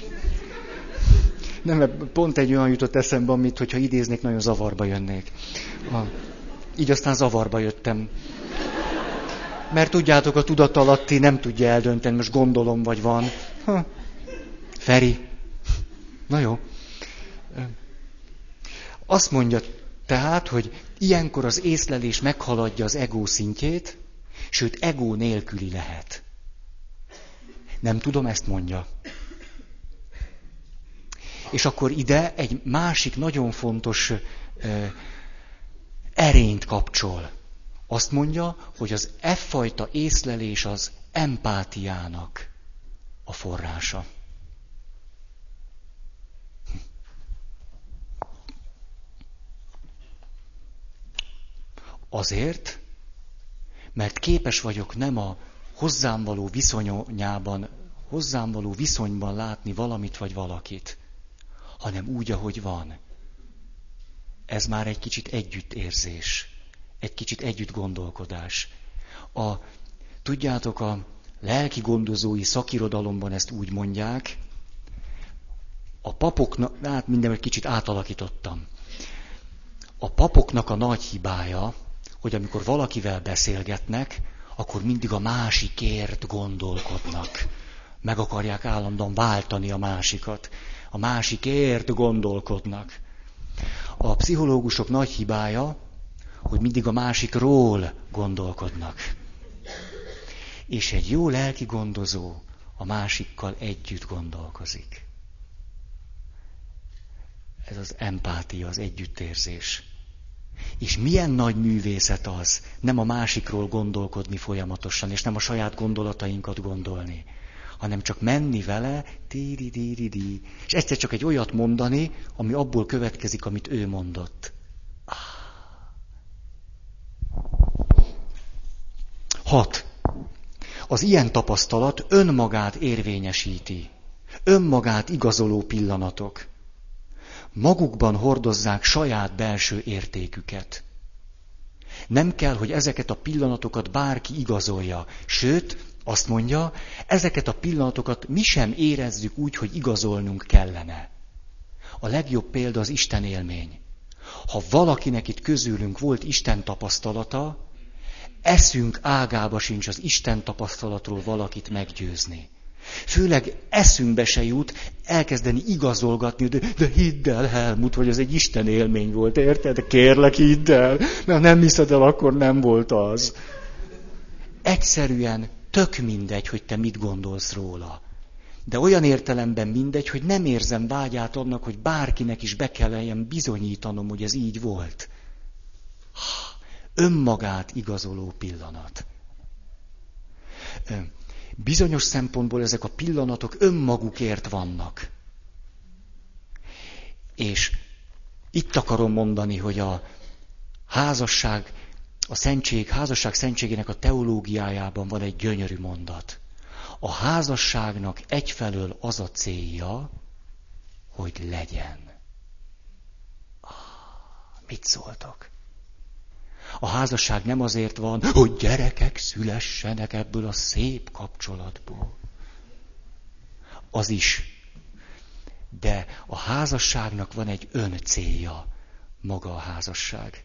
nem, pont egy olyan jutott eszembe, amit, hogyha idéznék, nagyon zavarba jönnék. Így aztán zavarba jöttem. Mert tudjátok, a tudatalatti nem tudja eldönteni, most gondolom, vagy van. Feri. Na jó. Azt mondja tehát, hogy ilyenkor az észlelés meghaladja az ego szintjét, sőt, ego nélküli lehet. Nem tudom, ezt mondja. És akkor ide egy másik nagyon fontos erényt kapcsol. Azt mondja, hogy az fajta észlelés az empátiának a forrása. Azért, mert képes vagyok nem a hozzám való viszonyban látni valamit vagy valakit, hanem úgy, ahogy van. Ez már egy kicsit együttérzés, egy kicsit együtt gondolkodás. Tudjátok, a lelki gondozói szakirodalomban ezt úgy mondják, a papoknak, hát mindenütt kicsit átalakítottam. A papoknak a nagy hibája, hogy amikor valakivel beszélgetnek, akkor mindig a másikért gondolkodnak. Meg akarják állandóan váltani a másikat. A másikért gondolkodnak. A pszichológusok nagy hibája, hogy mindig a másikról gondolkodnak. És egy jó lelki gondozó a másikkal együtt gondolkozik. Ez az empátia, az együttérzés. És milyen nagy művészet az, nem a másikról gondolkodni folyamatosan, és nem a saját gondolatainkat gondolni, hanem csak menni vele, és egyszer csak egy olyat mondani, ami abból következik, amit ő mondott. 6. Az ilyen tapasztalat önmagát érvényesíti. Önmagát igazoló pillanatok. Magukban hordozzák saját belső értéküket. Nem kell, hogy ezeket a pillanatokat bárki igazolja. Sőt, azt mondja, ezeket a pillanatokat mi sem érezzük úgy, hogy igazolnunk kellene. A legjobb példa az Isten élmény. Ha valakinek itt közülünk volt Isten tapasztalata, eszünk ágába sincs az Isten tapasztalatról valakit meggyőzni. Főleg eszünkbe se jut elkezdeni igazolgatni, de hidd el, Helmut, hogy ez egy Isten élmény volt, érted? Kérlek, hidd el, mert nem hiszed el, akkor nem volt az. Egyszerűen tök mindegy, hogy te mit gondolsz róla. De olyan értelemben mindegy, hogy nem érzem vágyát annak, hogy bárkinek is be kelljen bizonyítanom, hogy ez így volt. Önmagát igazoló pillanat. Bizonyos szempontból ezek a pillanatok önmagukért vannak. És itt akarom mondani, hogy a házasság szentségének a teológiájában van egy gyönyörű mondat. A házasságnak egyfelől az a célja, hogy legyen. Mit szóltok? A házasság nem azért van, hogy gyerekek szülessenek ebből a szép kapcsolatból. Az is. De a házasságnak van egy öncélja, maga a házasság.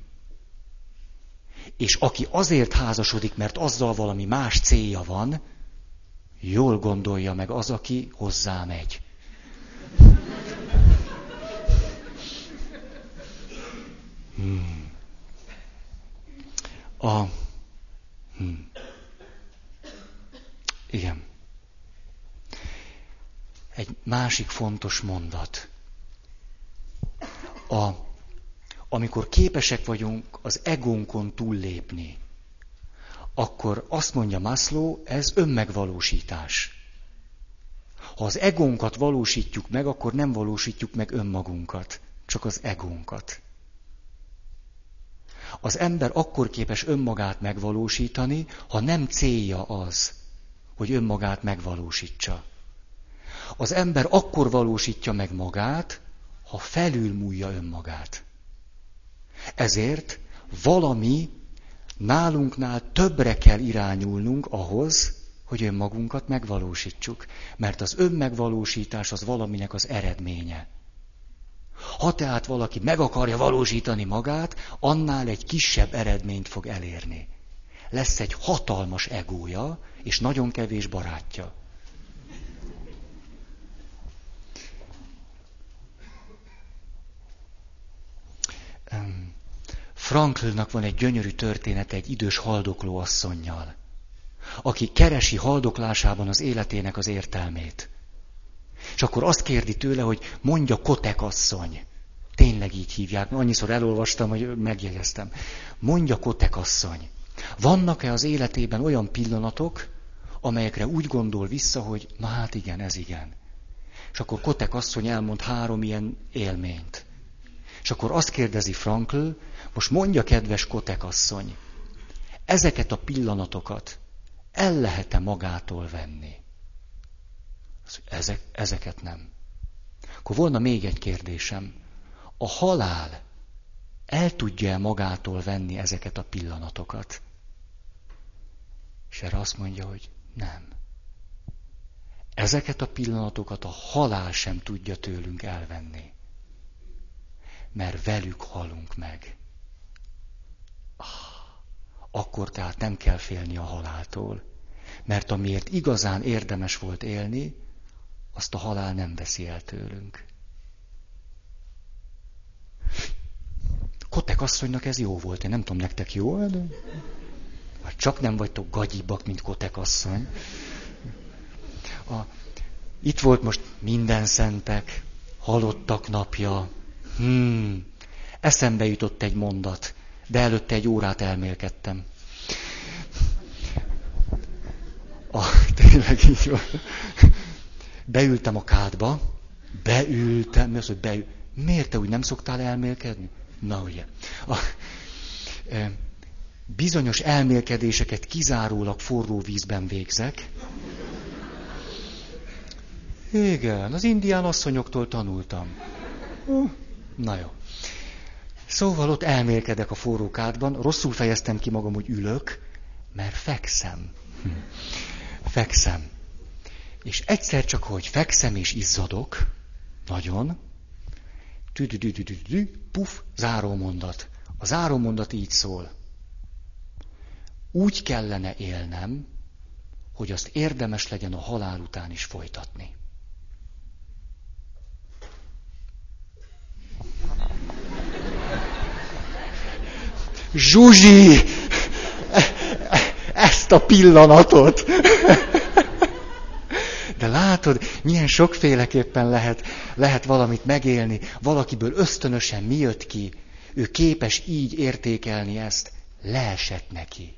És aki azért házasodik, mert azzal valami más célja van, jól gondolja meg az, aki hozzámegy. Igen. Egy másik fontos mondat. Amikor képesek vagyunk az egónkon túllépni, akkor azt mondja Maslow, ez önmegvalósítás. Ha az egónkat valósítjuk meg, akkor nem valósítjuk meg önmagunkat, csak az egónkat. Az ember akkor képes önmagát megvalósítani, ha nem célja az, hogy önmagát megvalósítsa. Az ember akkor valósítja meg magát, ha felülmúlja önmagát. Ezért valami nálunknál többre kell irányulnunk ahhoz, hogy önmagunkat megvalósítsuk. Mert az önmegvalósítás az valaminek az eredménye. Ha tehát valaki meg akarja valósítani magát, annál egy kisebb eredményt fog elérni. Lesz egy hatalmas egója, és nagyon kevés barátja. Franklnak van egy gyönyörű története egy idős haldokló asszonnyal, aki keresi haldoklásában az életének az értelmét. És akkor azt kérdi tőle, hogy mondja Kotek asszony. Tényleg így hívják, annyiszor elolvastam, hogy megjegyeztem. Mondja Kotek asszony. Vannak-e az életében olyan pillanatok, amelyekre úgy gondol vissza, hogy na hát igen, ez igen. És akkor Kotek asszony elmond 3 ilyen élményt. És akkor azt kérdezi Frankl, most mondja, kedves Kotek asszony, ezeket a pillanatokat el lehet-e magától venni? Ezeket nem. Akkor volna még egy kérdésem. A halál el tudja magától venni ezeket a pillanatokat? És erre azt mondja, hogy nem. Ezeket a pillanatokat a halál sem tudja tőlünk elvenni. Mert velük halunk meg. Akkor tehát nem kell félni a haláltól. Mert amiért igazán érdemes volt élni, azt a halál nem veszi el tőlünk. Kotek asszonynak ez jó volt. Én nem tudom, nektek jó, de... Hát csak nem vagytok gagyibbak, mint Kotek asszony. Itt volt most minden szentek, halottak napja. Eszembe jutott egy mondat, de előtte egy órát elmélkedtem. Tényleg így van. Beültem a kádba, Miért te úgy nem szoktál elmélkedni? Na ugye. Bizonyos elmélkedéseket kizárólag forró vízben végzek. Igen, az indián asszonyoktól tanultam. Na jó. Szóval ott elmélkedek a forró kádban, rosszul fejeztem ki magam, hogy ülök, mert fekszem. Fekszem. És egyszer csak, hogy fekszem és izzadok, nagyon, puf, zárómondat. A zárómondat így szól. Úgy kellene élnem, hogy azt érdemes legyen a halál után is folytatni. Zsuzsi! Ezt a pillanatot! De látod, milyen sokféleképpen lehet valamit megélni. Valakiből ösztönösen mi jött ki? Ő képes így értékelni ezt. Leesett neki.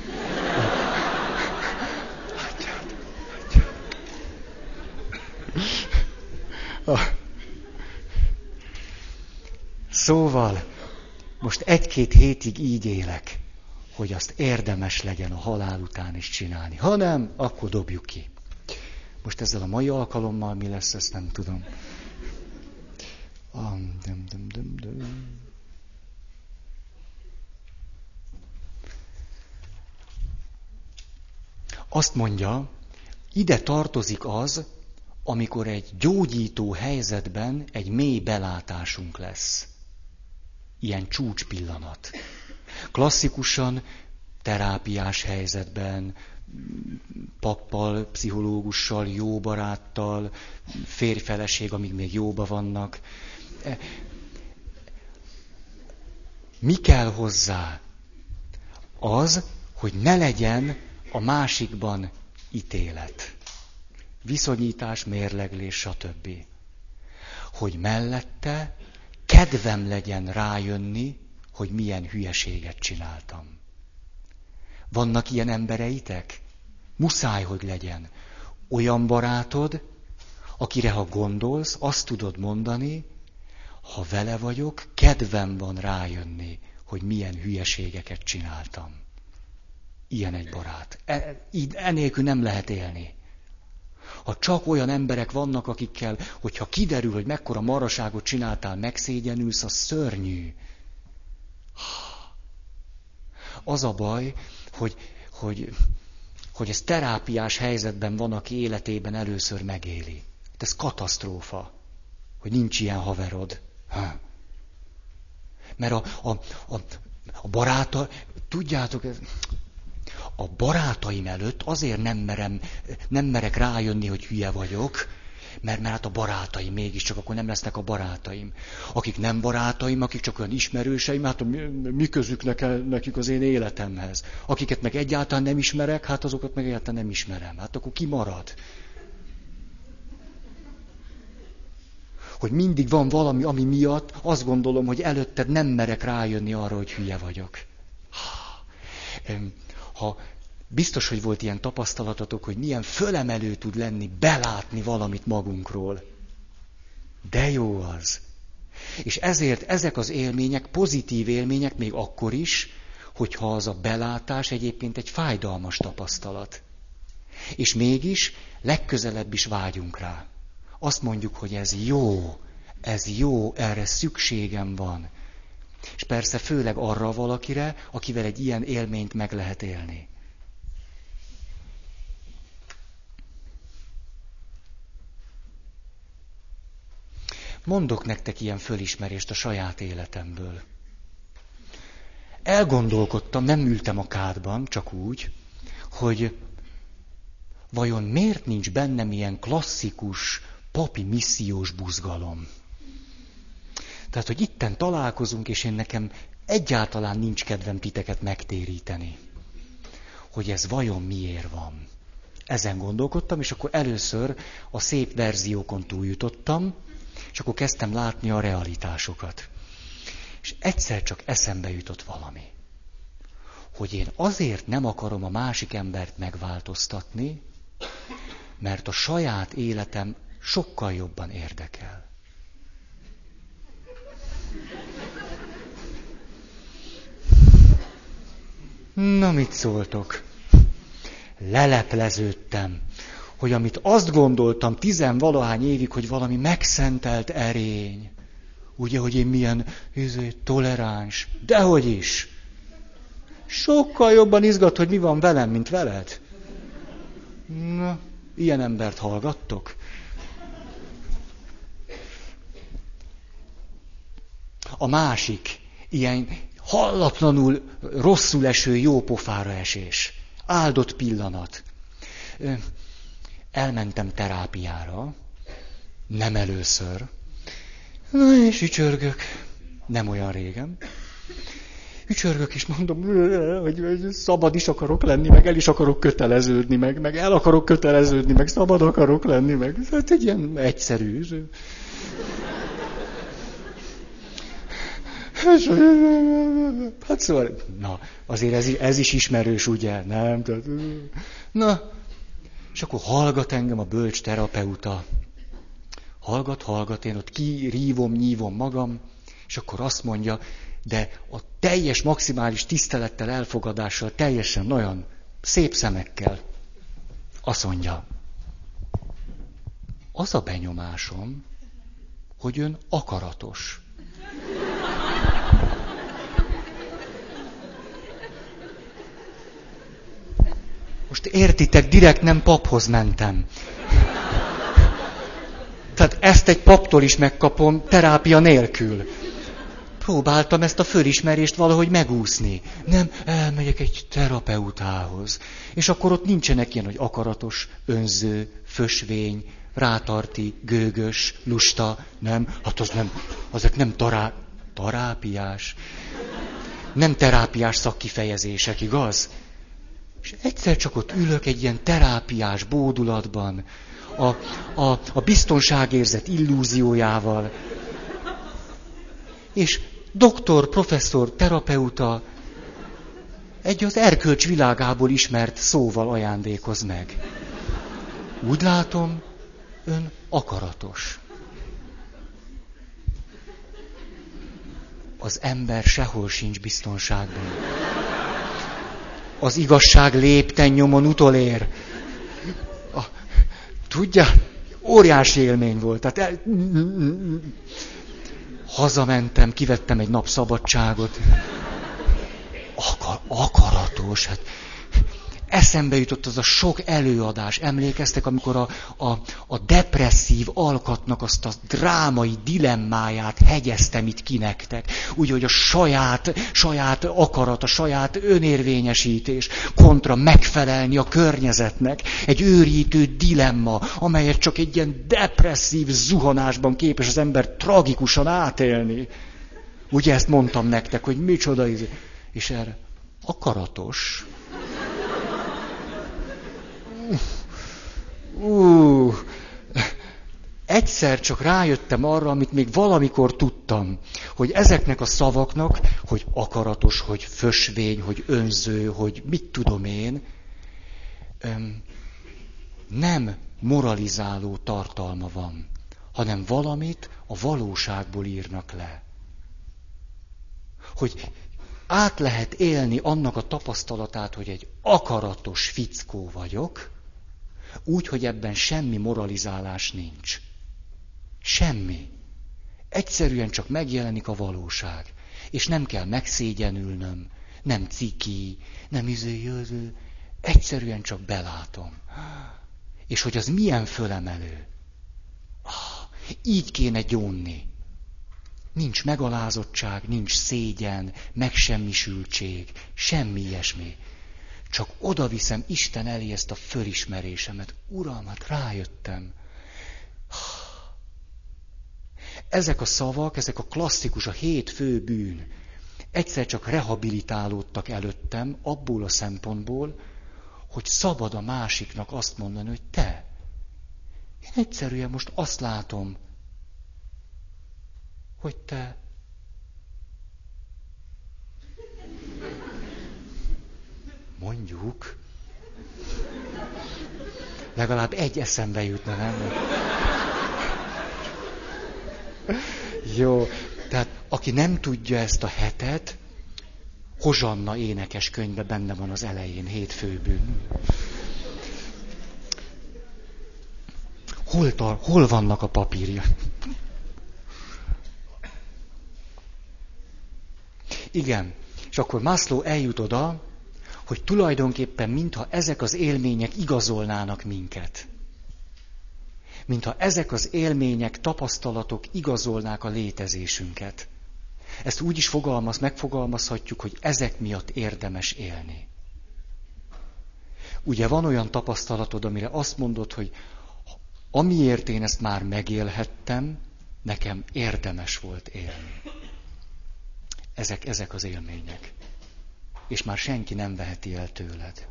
Szóval, most 1-2 hétig így élek, hogy azt érdemes legyen a halál után is csinálni. Ha nem, akkor dobjuk ki. Most ezzel a mai alkalommal mi lesz, ezt nem tudom. Azt mondja, ide tartozik az, amikor egy gyógyító helyzetben egy mély belátásunk lesz. Ilyen csúcspillanat. Klasszikusan terápiás helyzetben, pappal, pszichológussal, jó baráttal, férj-feleség, amíg még jóba vannak. Mi kell hozzá? Az, hogy ne legyen a másikban ítélet. Viszonyítás, mérleglés, stb. Hogy mellette kedvem legyen rájönni, hogy milyen hülyeséget csináltam. Vannak ilyen embereitek? Muszáj, hogy legyen. Olyan barátod, akire ha gondolsz, azt tudod mondani, ha vele vagyok, kedvem van rájönni, hogy milyen hülyeségeket csináltam. Ilyen egy barát. Enélkül nem lehet élni. Ha csak olyan emberek vannak, akikkel, hogyha kiderül, hogy mekkora maraságot csináltál, megszégyenülsz, az szörnyű. Az a baj, hogy ez terápiás helyzetben van, aki életében először megéli. De ez katasztrófa, hogy nincs ilyen haverod. Mert a baráta, tudjátok, a barátaim előtt azért nem merek rájönni, hogy hülye vagyok, mert hát a barátaim mégiscsak akkor nem lesznek a barátaim. Akik nem barátaim, akik csak olyan ismerőseim, hát mi közük nekik az én életemhez. Akiket meg egyáltalán nem ismerek, hát azokat meg egyáltalán nem ismerem. Hát akkor ki marad? Hogy mindig van valami, ami miatt azt gondolom, hogy előtted nem merek rájönni arra, hogy hülye vagyok. Ha biztos, hogy volt ilyen tapasztalatotok, hogy milyen fölemelő tud lenni, belátni valamit magunkról. De jó az. És ezért ezek az élmények, pozitív élmények még akkor is, hogyha az a belátás egyébként egy fájdalmas tapasztalat. És mégis legközelebb is vágyunk rá. Azt mondjuk, hogy ez jó, erre szükségem van. És persze főleg arra valakire, akivel egy ilyen élményt meg lehet élni. Mondok nektek ilyen fölismerést a saját életemből. Elgondolkodtam, nem ültem a kádban, csak úgy, hogy vajon miért nincs bennem ilyen klasszikus papi missziós buzgalom. Tehát, hogy itten találkozunk, és én nekem egyáltalán nincs kedvem titeket megtéríteni. Hogy ez vajon miért van. Ezen gondolkodtam, és akkor először a szép verziókon túljutottam, és akkor kezdtem látni a realitásokat. És egyszer csak eszembe jutott valami. Hogy én azért nem akarom a másik embert megváltoztatni, mert a saját életem sokkal jobban érdekel. Na, mit szóltok? Lelepleződtem, hogy amit azt gondoltam 10-valahány évig, hogy valami megszentelt erény, ugye, hogy én milyen toleráns, dehogy is. Sokkal jobban izgat, hogy mi van velem, mint veled. Na, ilyen embert hallgattok? A másik, ilyen hallatlanul rosszul eső, jó pofára esés. Áldott pillanat. elmentem terápiára, nem először, na és ücsörgök, nem olyan régen. Ücsörgök és mondom, hogy szabad is akarok lenni, meg el is akarok köteleződni, meg el akarok köteleződni, meg szabad akarok lenni, meg hát egy ilyen egyszerű. Hát szóval, na, azért ez is ismerős, ugye, nem? Na, és akkor hallgat engem a bölcs terapeuta. Hallgat, én ott kirívom, nyívom magam, és akkor azt mondja, de a teljes, maximális tisztelettel, elfogadással, teljesen olyan szép szemekkel. Azt mondja, az a benyomásom, hogy ön akaratos. Most értitek, direkt nem paphoz mentem. Tehát ezt egy paptól is megkapom, terápia nélkül. Próbáltam ezt a fölismerést valahogy megúszni. Nem, elmegyek egy terapeutához. És akkor ott nincsenek ilyen, hogy akaratos, önző, fösvény, rátarti, gőgös, lusta. Nem, hát az nem, azok nem terápiás. Nem terápiás szakkifejezések, igaz? És egyszer csak ott ülök egy ilyen terápiás bódulatban, a biztonságérzet illúziójával, és doktor, professzor, terapeuta egy az erkölcs világából ismert szóval ajándékoz meg. Úgy látom, ön akaratos. Az ember sehol sincs biztonságban. Az igazság lépten nyomon utolér. Tudja, óriási élmény volt. Tehát hazamentem, kivettem egy nap szabadságot. Akaratos, hát eszembe jutott az a sok előadás. Emlékeztek, amikor a depresszív alkatnak azt a drámai dilemmáját hegyeztem itt ki nektek. Úgy, hogy a saját akarat, a saját önérvényesítés kontra megfelelni a környezetnek. Egy őrítő dilemma, amelyet csak egy ilyen depresszív zuhanásban képes az ember tragikusan átélni. Ugye ezt mondtam nektek, hogy micsoda, és erre akaratos. Egyszer csak rájöttem arra, amit még valamikor tudtam, hogy ezeknek a szavaknak, hogy akaratos, hogy fösvény, hogy önző, hogy mit tudom én, nem moralizáló tartalma van, hanem valamit a valóságból írnak le. Hogy át lehet élni annak a tapasztalatát, hogy egy akaratos fickó vagyok, úgy, hogy ebben semmi moralizálás nincs. Semmi. Egyszerűen csak megjelenik a valóság. És nem kell megszégyenülnöm, nem ciki, nem izőjöző, egyszerűen csak belátom. És hogy az milyen fölemelő. Így kéne gyónni. Nincs megalázottság, nincs szégyen, megsemmisültség, semmi ilyesmi. Csak oda viszem Isten elé ezt a fölismerésemet. Uram, hát rájöttem. Ezek a szavak, ezek a klasszikus, a 7 fő bűn egyszer csak rehabilitálódtak előttem abból a szempontból, hogy szabad a másiknak azt mondani, hogy te. Én egyszerűen most azt látom, hogy te mondjuk legalább egy eszembe jutna, nem? Jó, tehát aki nem tudja ezt a hetet, Hozsanna énekes könyvben benne van az elején, 7 főbűn. Hol vannak a papírja? Igen, és akkor Maslow eljut oda, hogy tulajdonképpen mintha ezek az élmények igazolnának minket. Mintha ezek az élmények, tapasztalatok igazolnák a létezésünket. Ezt úgy is megfogalmazhatjuk, hogy ezek miatt érdemes élni. ugye van olyan tapasztalatod, amire azt mondod, hogy amiért én ezt már megélhettem, nekem érdemes volt élni. Ezek az élmények. És már senki nem veheti el tőled.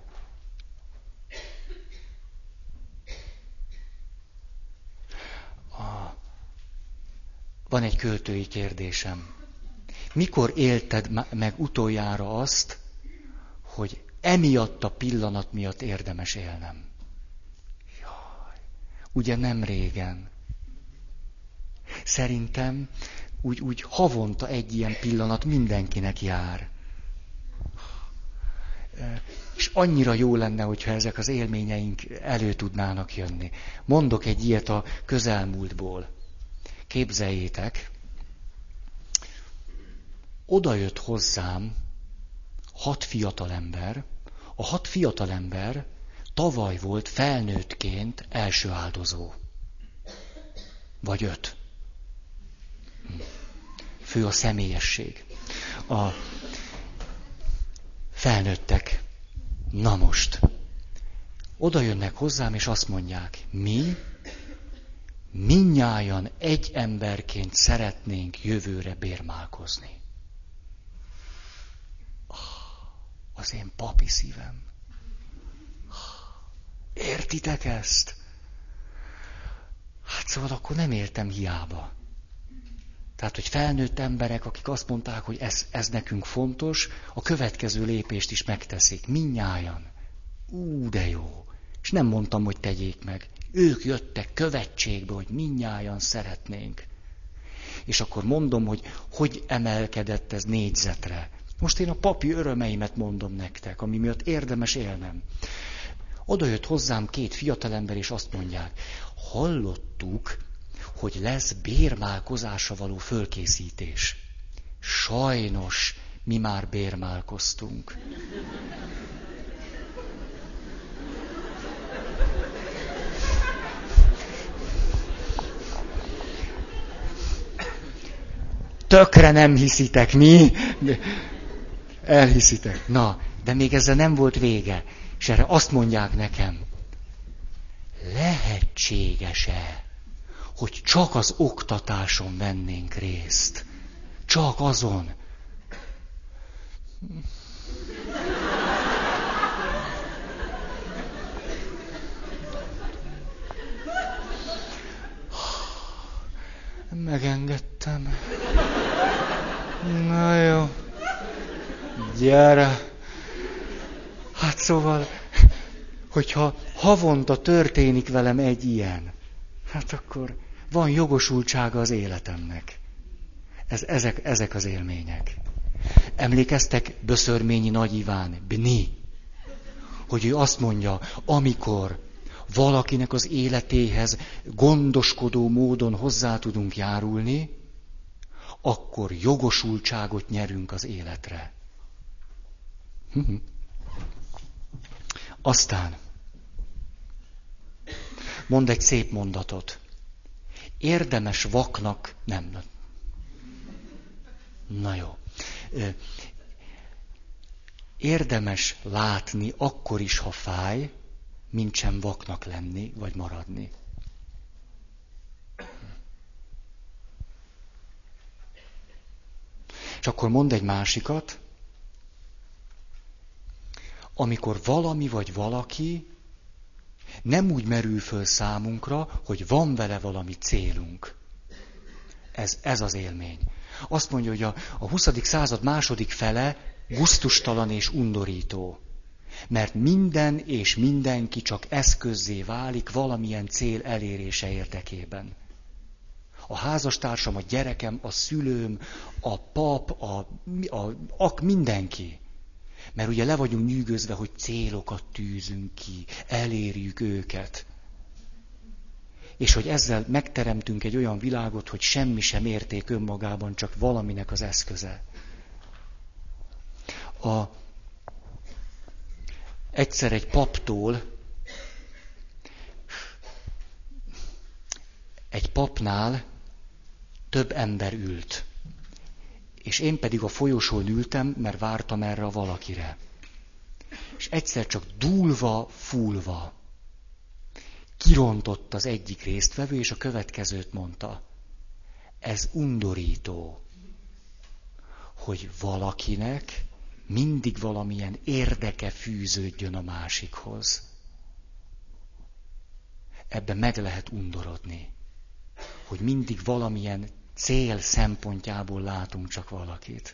Van egy költői kérdésem. Mikor élted meg utoljára azt, hogy emiatt a pillanat miatt érdemes élnem? Jaj, ugye nem régen. Szerintem úgy havonta egy ilyen pillanat mindenkinek jár. És annyira jó lenne, hogyha ezek az élményeink elő tudnának jönni. Mondok egy ilyet a közelmúltból. Képzeljétek, oda jött hozzám 6 fiatalember. A 6 fiatalember tavaly volt felnőttként első áldozó. Vagy 5. Fő a személyesség. A felnőttek. Na most. Oda jönnek hozzám, és azt mondják, mi mindnyájan egy emberként szeretnénk jövőre bérmálkozni. Az én papi szívem. Értitek ezt? Hát szóval akkor nem éltem hiába. Tehát, hogy felnőtt emberek, akik azt mondták, hogy ez nekünk fontos, a következő lépést is megteszik. Mindnyájan. De jó. És nem mondtam, hogy tegyék meg. Ők jöttek követségbe, hogy mindnyájan szeretnénk. És akkor mondom, hogy emelkedett ez négyzetre. Most én a papi örömeimet mondom nektek, ami miatt érdemes élnem. Oda jött hozzám 2 fiatalember, és azt mondják, hallottuk, hogy lesz bérmálkozásra való fölkészítés. Sajnos mi már bérmálkoztunk. Tökre nem hiszitek, mi? Elhiszitek. Na, de még ezzel nem volt vége. És erre azt mondják nekem, lehetséges-e, hogy csak az oktatáson vennénk részt? Csak azon. Megengedtem. Na jó. Gyere. Hát szóval, hogyha havonta történik velem egy ilyen, hát akkor van jogosultsága az életemnek. Ezek az élmények. Emlékeztek Böszörményi Nagy Iván, Bni, hogy ő azt mondja, amikor valakinek az életéhez gondoskodó módon hozzá tudunk járulni, akkor jogosultságot nyerünk az életre. Aztán mond egy szép mondatot. Érdemes vaknak, nem. Na jó. Érdemes látni akkor is, ha fáj, mint sem vaknak lenni, vagy maradni. És akkor mond egy másikat. Amikor valami vagy valaki nem úgy merül föl számunkra, hogy van vele valami célunk. Ez az élmény. Azt mondja, hogy a 20. század második fele gusztustalan és undorító. Mert minden és mindenki csak eszközzé válik valamilyen cél elérése érdekében. A házastársam, a gyerekem, a szülőm, a pap, mindenki. Mert ugye le vagyunk nyűgözve, hogy célokat tűzünk ki, elérjük őket. És hogy ezzel megteremtünk egy olyan világot, hogy semmi sem érték önmagában, csak valaminek az eszköze. Egyszer egy papnál több ember ült. És én pedig a folyosón ültem, mert vártam erre a valakire. És egyszer csak dúlva, fúlva kirontott az egyik résztvevő, és a következőt mondta. Ez undorító, hogy valakinek mindig valamilyen érdeke fűződjön a másikhoz. Ebben meg lehet undorodni, hogy mindig valamilyen cél szempontjából látunk csak valakit.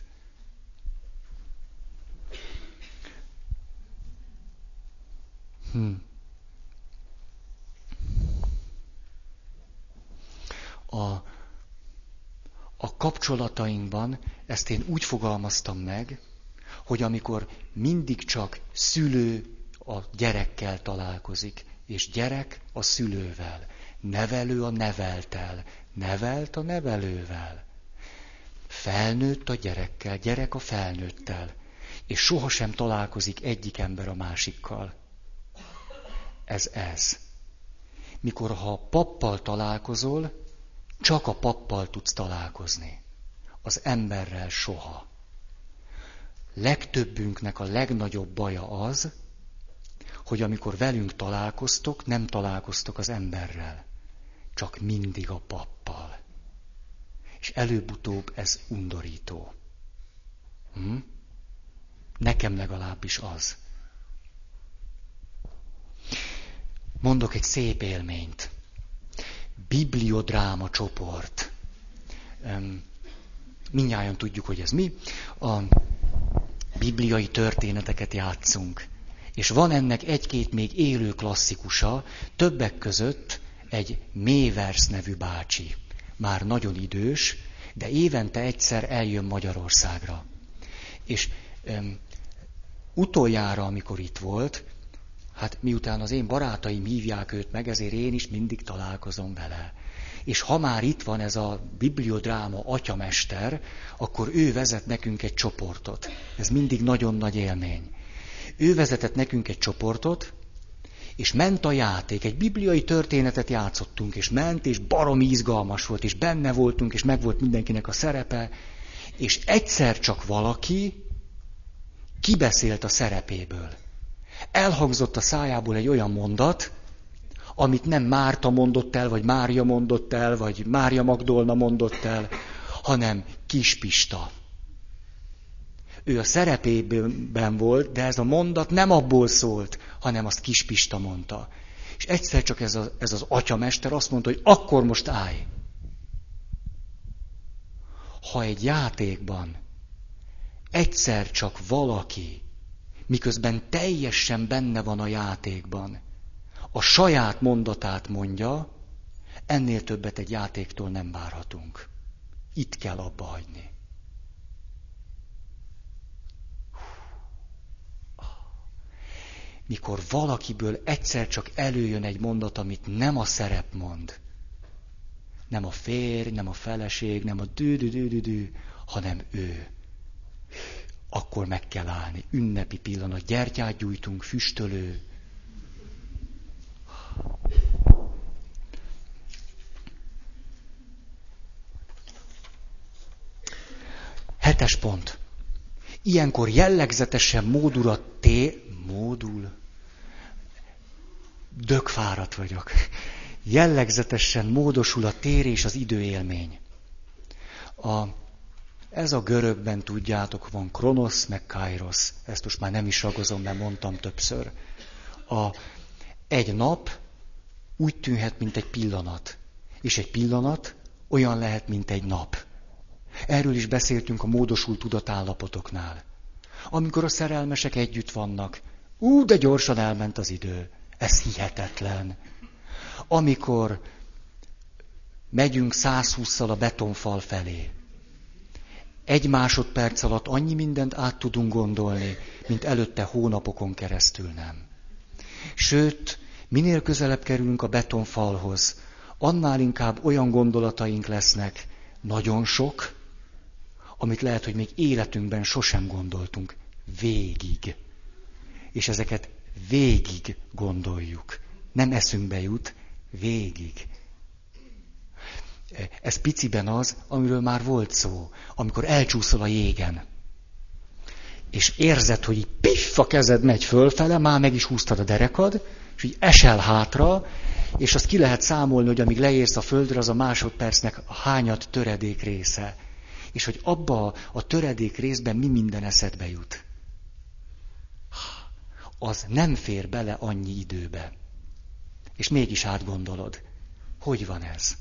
A kapcsolatainkban ezt én úgy fogalmaztam meg, hogy amikor mindig csak szülő a gyerekkel találkozik, és gyerek a szülővel, nevelő a nevelttel, nevelt a nevelővel, felnőtt a gyerekkel, gyerek a felnőttel, és sohasem találkozik egyik ember a másikkal. Ez. Mikor ha pappal találkozol, csak a pappal tudsz találkozni. Az emberrel soha. Legtöbbünknek a legnagyobb baja az, hogy amikor velünk találkoztok, nem találkoztok az emberrel. Csak mindig a pappal. És előbb-utóbb ez undorító. Nekem legalábbis az. Mondok egy szép élményt. Bibliodráma csoport. Mindnyájan tudjuk, hogy ez mi. A bibliai történeteket játszunk. És van ennek egy-két még élő klasszikusa, többek között egy Mévers nevű bácsi. Már nagyon idős, de évente egyszer eljön Magyarországra. És utoljára, amikor itt volt, hát miután az én barátaim hívják őt meg, ezért én is mindig találkozom vele. És ha már itt van ez a bibliodráma atyamester, akkor ő vezet nekünk egy csoportot. Ez mindig nagyon nagy élmény. Ő vezetett nekünk egy csoportot, és ment a játék. Egy bibliai történetet játszottunk, és ment, és baromi izgalmas volt, és benne voltunk, és megvolt mindenkinek a szerepe, és egyszer csak valaki kibeszélt a szerepéből. Elhangzott a szájából egy olyan mondat, amit nem Márta mondott el, vagy Mária mondott el, vagy Mária Magdolna mondott el, hanem Kis Pista. Ő a szerepében volt, de ez a mondat nem abból szólt, hanem azt Kis Pista mondta. És egyszer csak ez az atyamester azt mondta, hogy akkor most állj. Ha egy játékban egyszer csak valaki, miközben teljesen benne van a játékban, a saját mondatát mondja, ennél többet egy játéktól nem várhatunk. Itt kell abba hagyni. Mikor valakiből egyszer csak előjön egy mondat, amit nem a szerep mond, nem a férj, nem a feleség, nem a dű, hanem ő. Akkor meg kell állni. Ünnepi pillanat. Gyertyát gyújtunk, füstölő. Hetes pont. Ilyenkor jellegzetesen dögfáradt vagyok. Jellegzetesen módosul a tér és az időélmény. Ez a görögben tudjátok, van Kronosz, meg Kairosz. Ezt most már nem is ragozom, mert mondtam többször. Egy nap úgy tűnhet, mint egy pillanat. És egy pillanat olyan lehet, mint egy nap. Erről is beszéltünk a módosult tudatállapotoknál. Amikor a szerelmesek együtt vannak, de gyorsan elment az idő. Ez hihetetlen. Amikor megyünk 120-szal a betonfal felé, egy másodperc alatt annyi mindent át tudunk gondolni, mint előtte hónapokon keresztül nem. Sőt, minél közelebb kerülünk a betonfalhoz, annál inkább olyan gondolataink lesznek, nagyon sok, amit lehet, hogy még életünkben sosem gondoltunk. Végig. És ezeket végig gondoljuk. Nem eszünkbe jut, végig. Ez piciben az, amiről már volt szó, amikor elcsúszol a jégen. és érzed, hogy így piff, a kezed megy fölfele, már meg is húztad a derekad, és így esel hátra, és azt ki lehet számolni, hogy amíg leérsz a földre, az a másodpercnek a hányad töredék része. És hogy abba a töredék részben mi minden eszedbe jut. Az nem fér bele annyi időbe. És mégis átgondolod. Hogy van ez?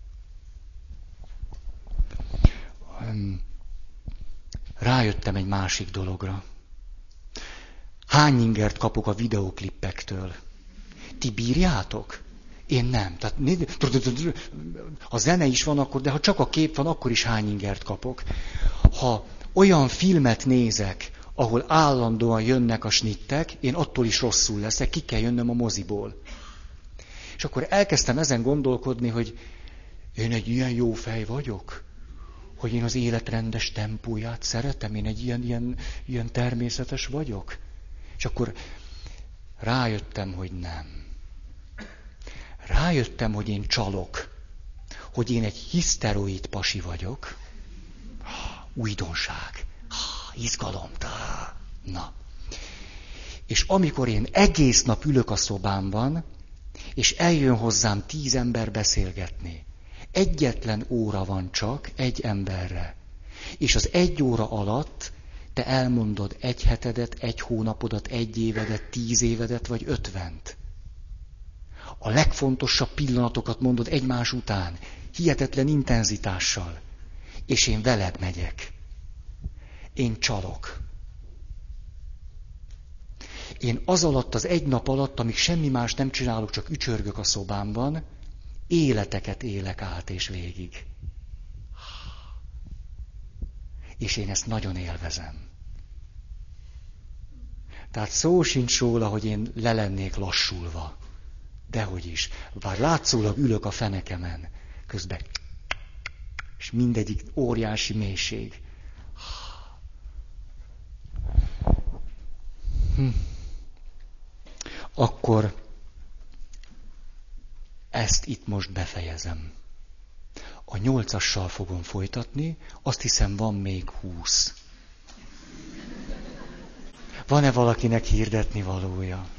Rájöttem egy másik dologra. Hány ingert kapok a videóklippektől? Ti bírjátok? Én nem. Tehát ha zene is van akkor, de ha csak a kép van, akkor is hány ingert kapok. Ha olyan filmet nézek, ahol állandóan jönnek a snittek, én attól is rosszul leszek, ki kell jönnöm a moziból. És akkor elkezdtem ezen gondolkodni, hogy én egy ilyen jó fej vagyok, hogy én az élet rendes tempóját szeretem, én egy ilyen természetes vagyok. És akkor rájöttem, hogy nem. Rájöttem, hogy én csalok, hogy én egy hiszteroid pasi vagyok. Újdonság, izgalom. Na. És amikor én egész nap ülök a szobámban, és eljön hozzám 10 ember beszélgetni, egyetlen óra van csak egy emberre. És az 1 óra alatt te elmondod 1 hetedet, 1 hónapodat, 1 évedet, 10 évedet, vagy 50-t. A legfontosabb pillanatokat mondod egymás után, hihetetlen intenzitással. És én veled megyek. Én csalok. Én az alatt, az 1 nap alatt, amíg semmi más nem csinálok, csak ücsörgök a szobámban, életeket élek át és végig. És én ezt nagyon élvezem. Tehát szó sincs róla, hogy én le lennék lassulva. Dehogy is. Bár látszólag ülök a fenekemen, közben. És mindegyik óriási mélység. Akkor ezt itt most befejezem. A 8-assal fogom folytatni, azt hiszem van még 20. Van-e valakinek hirdetni valója?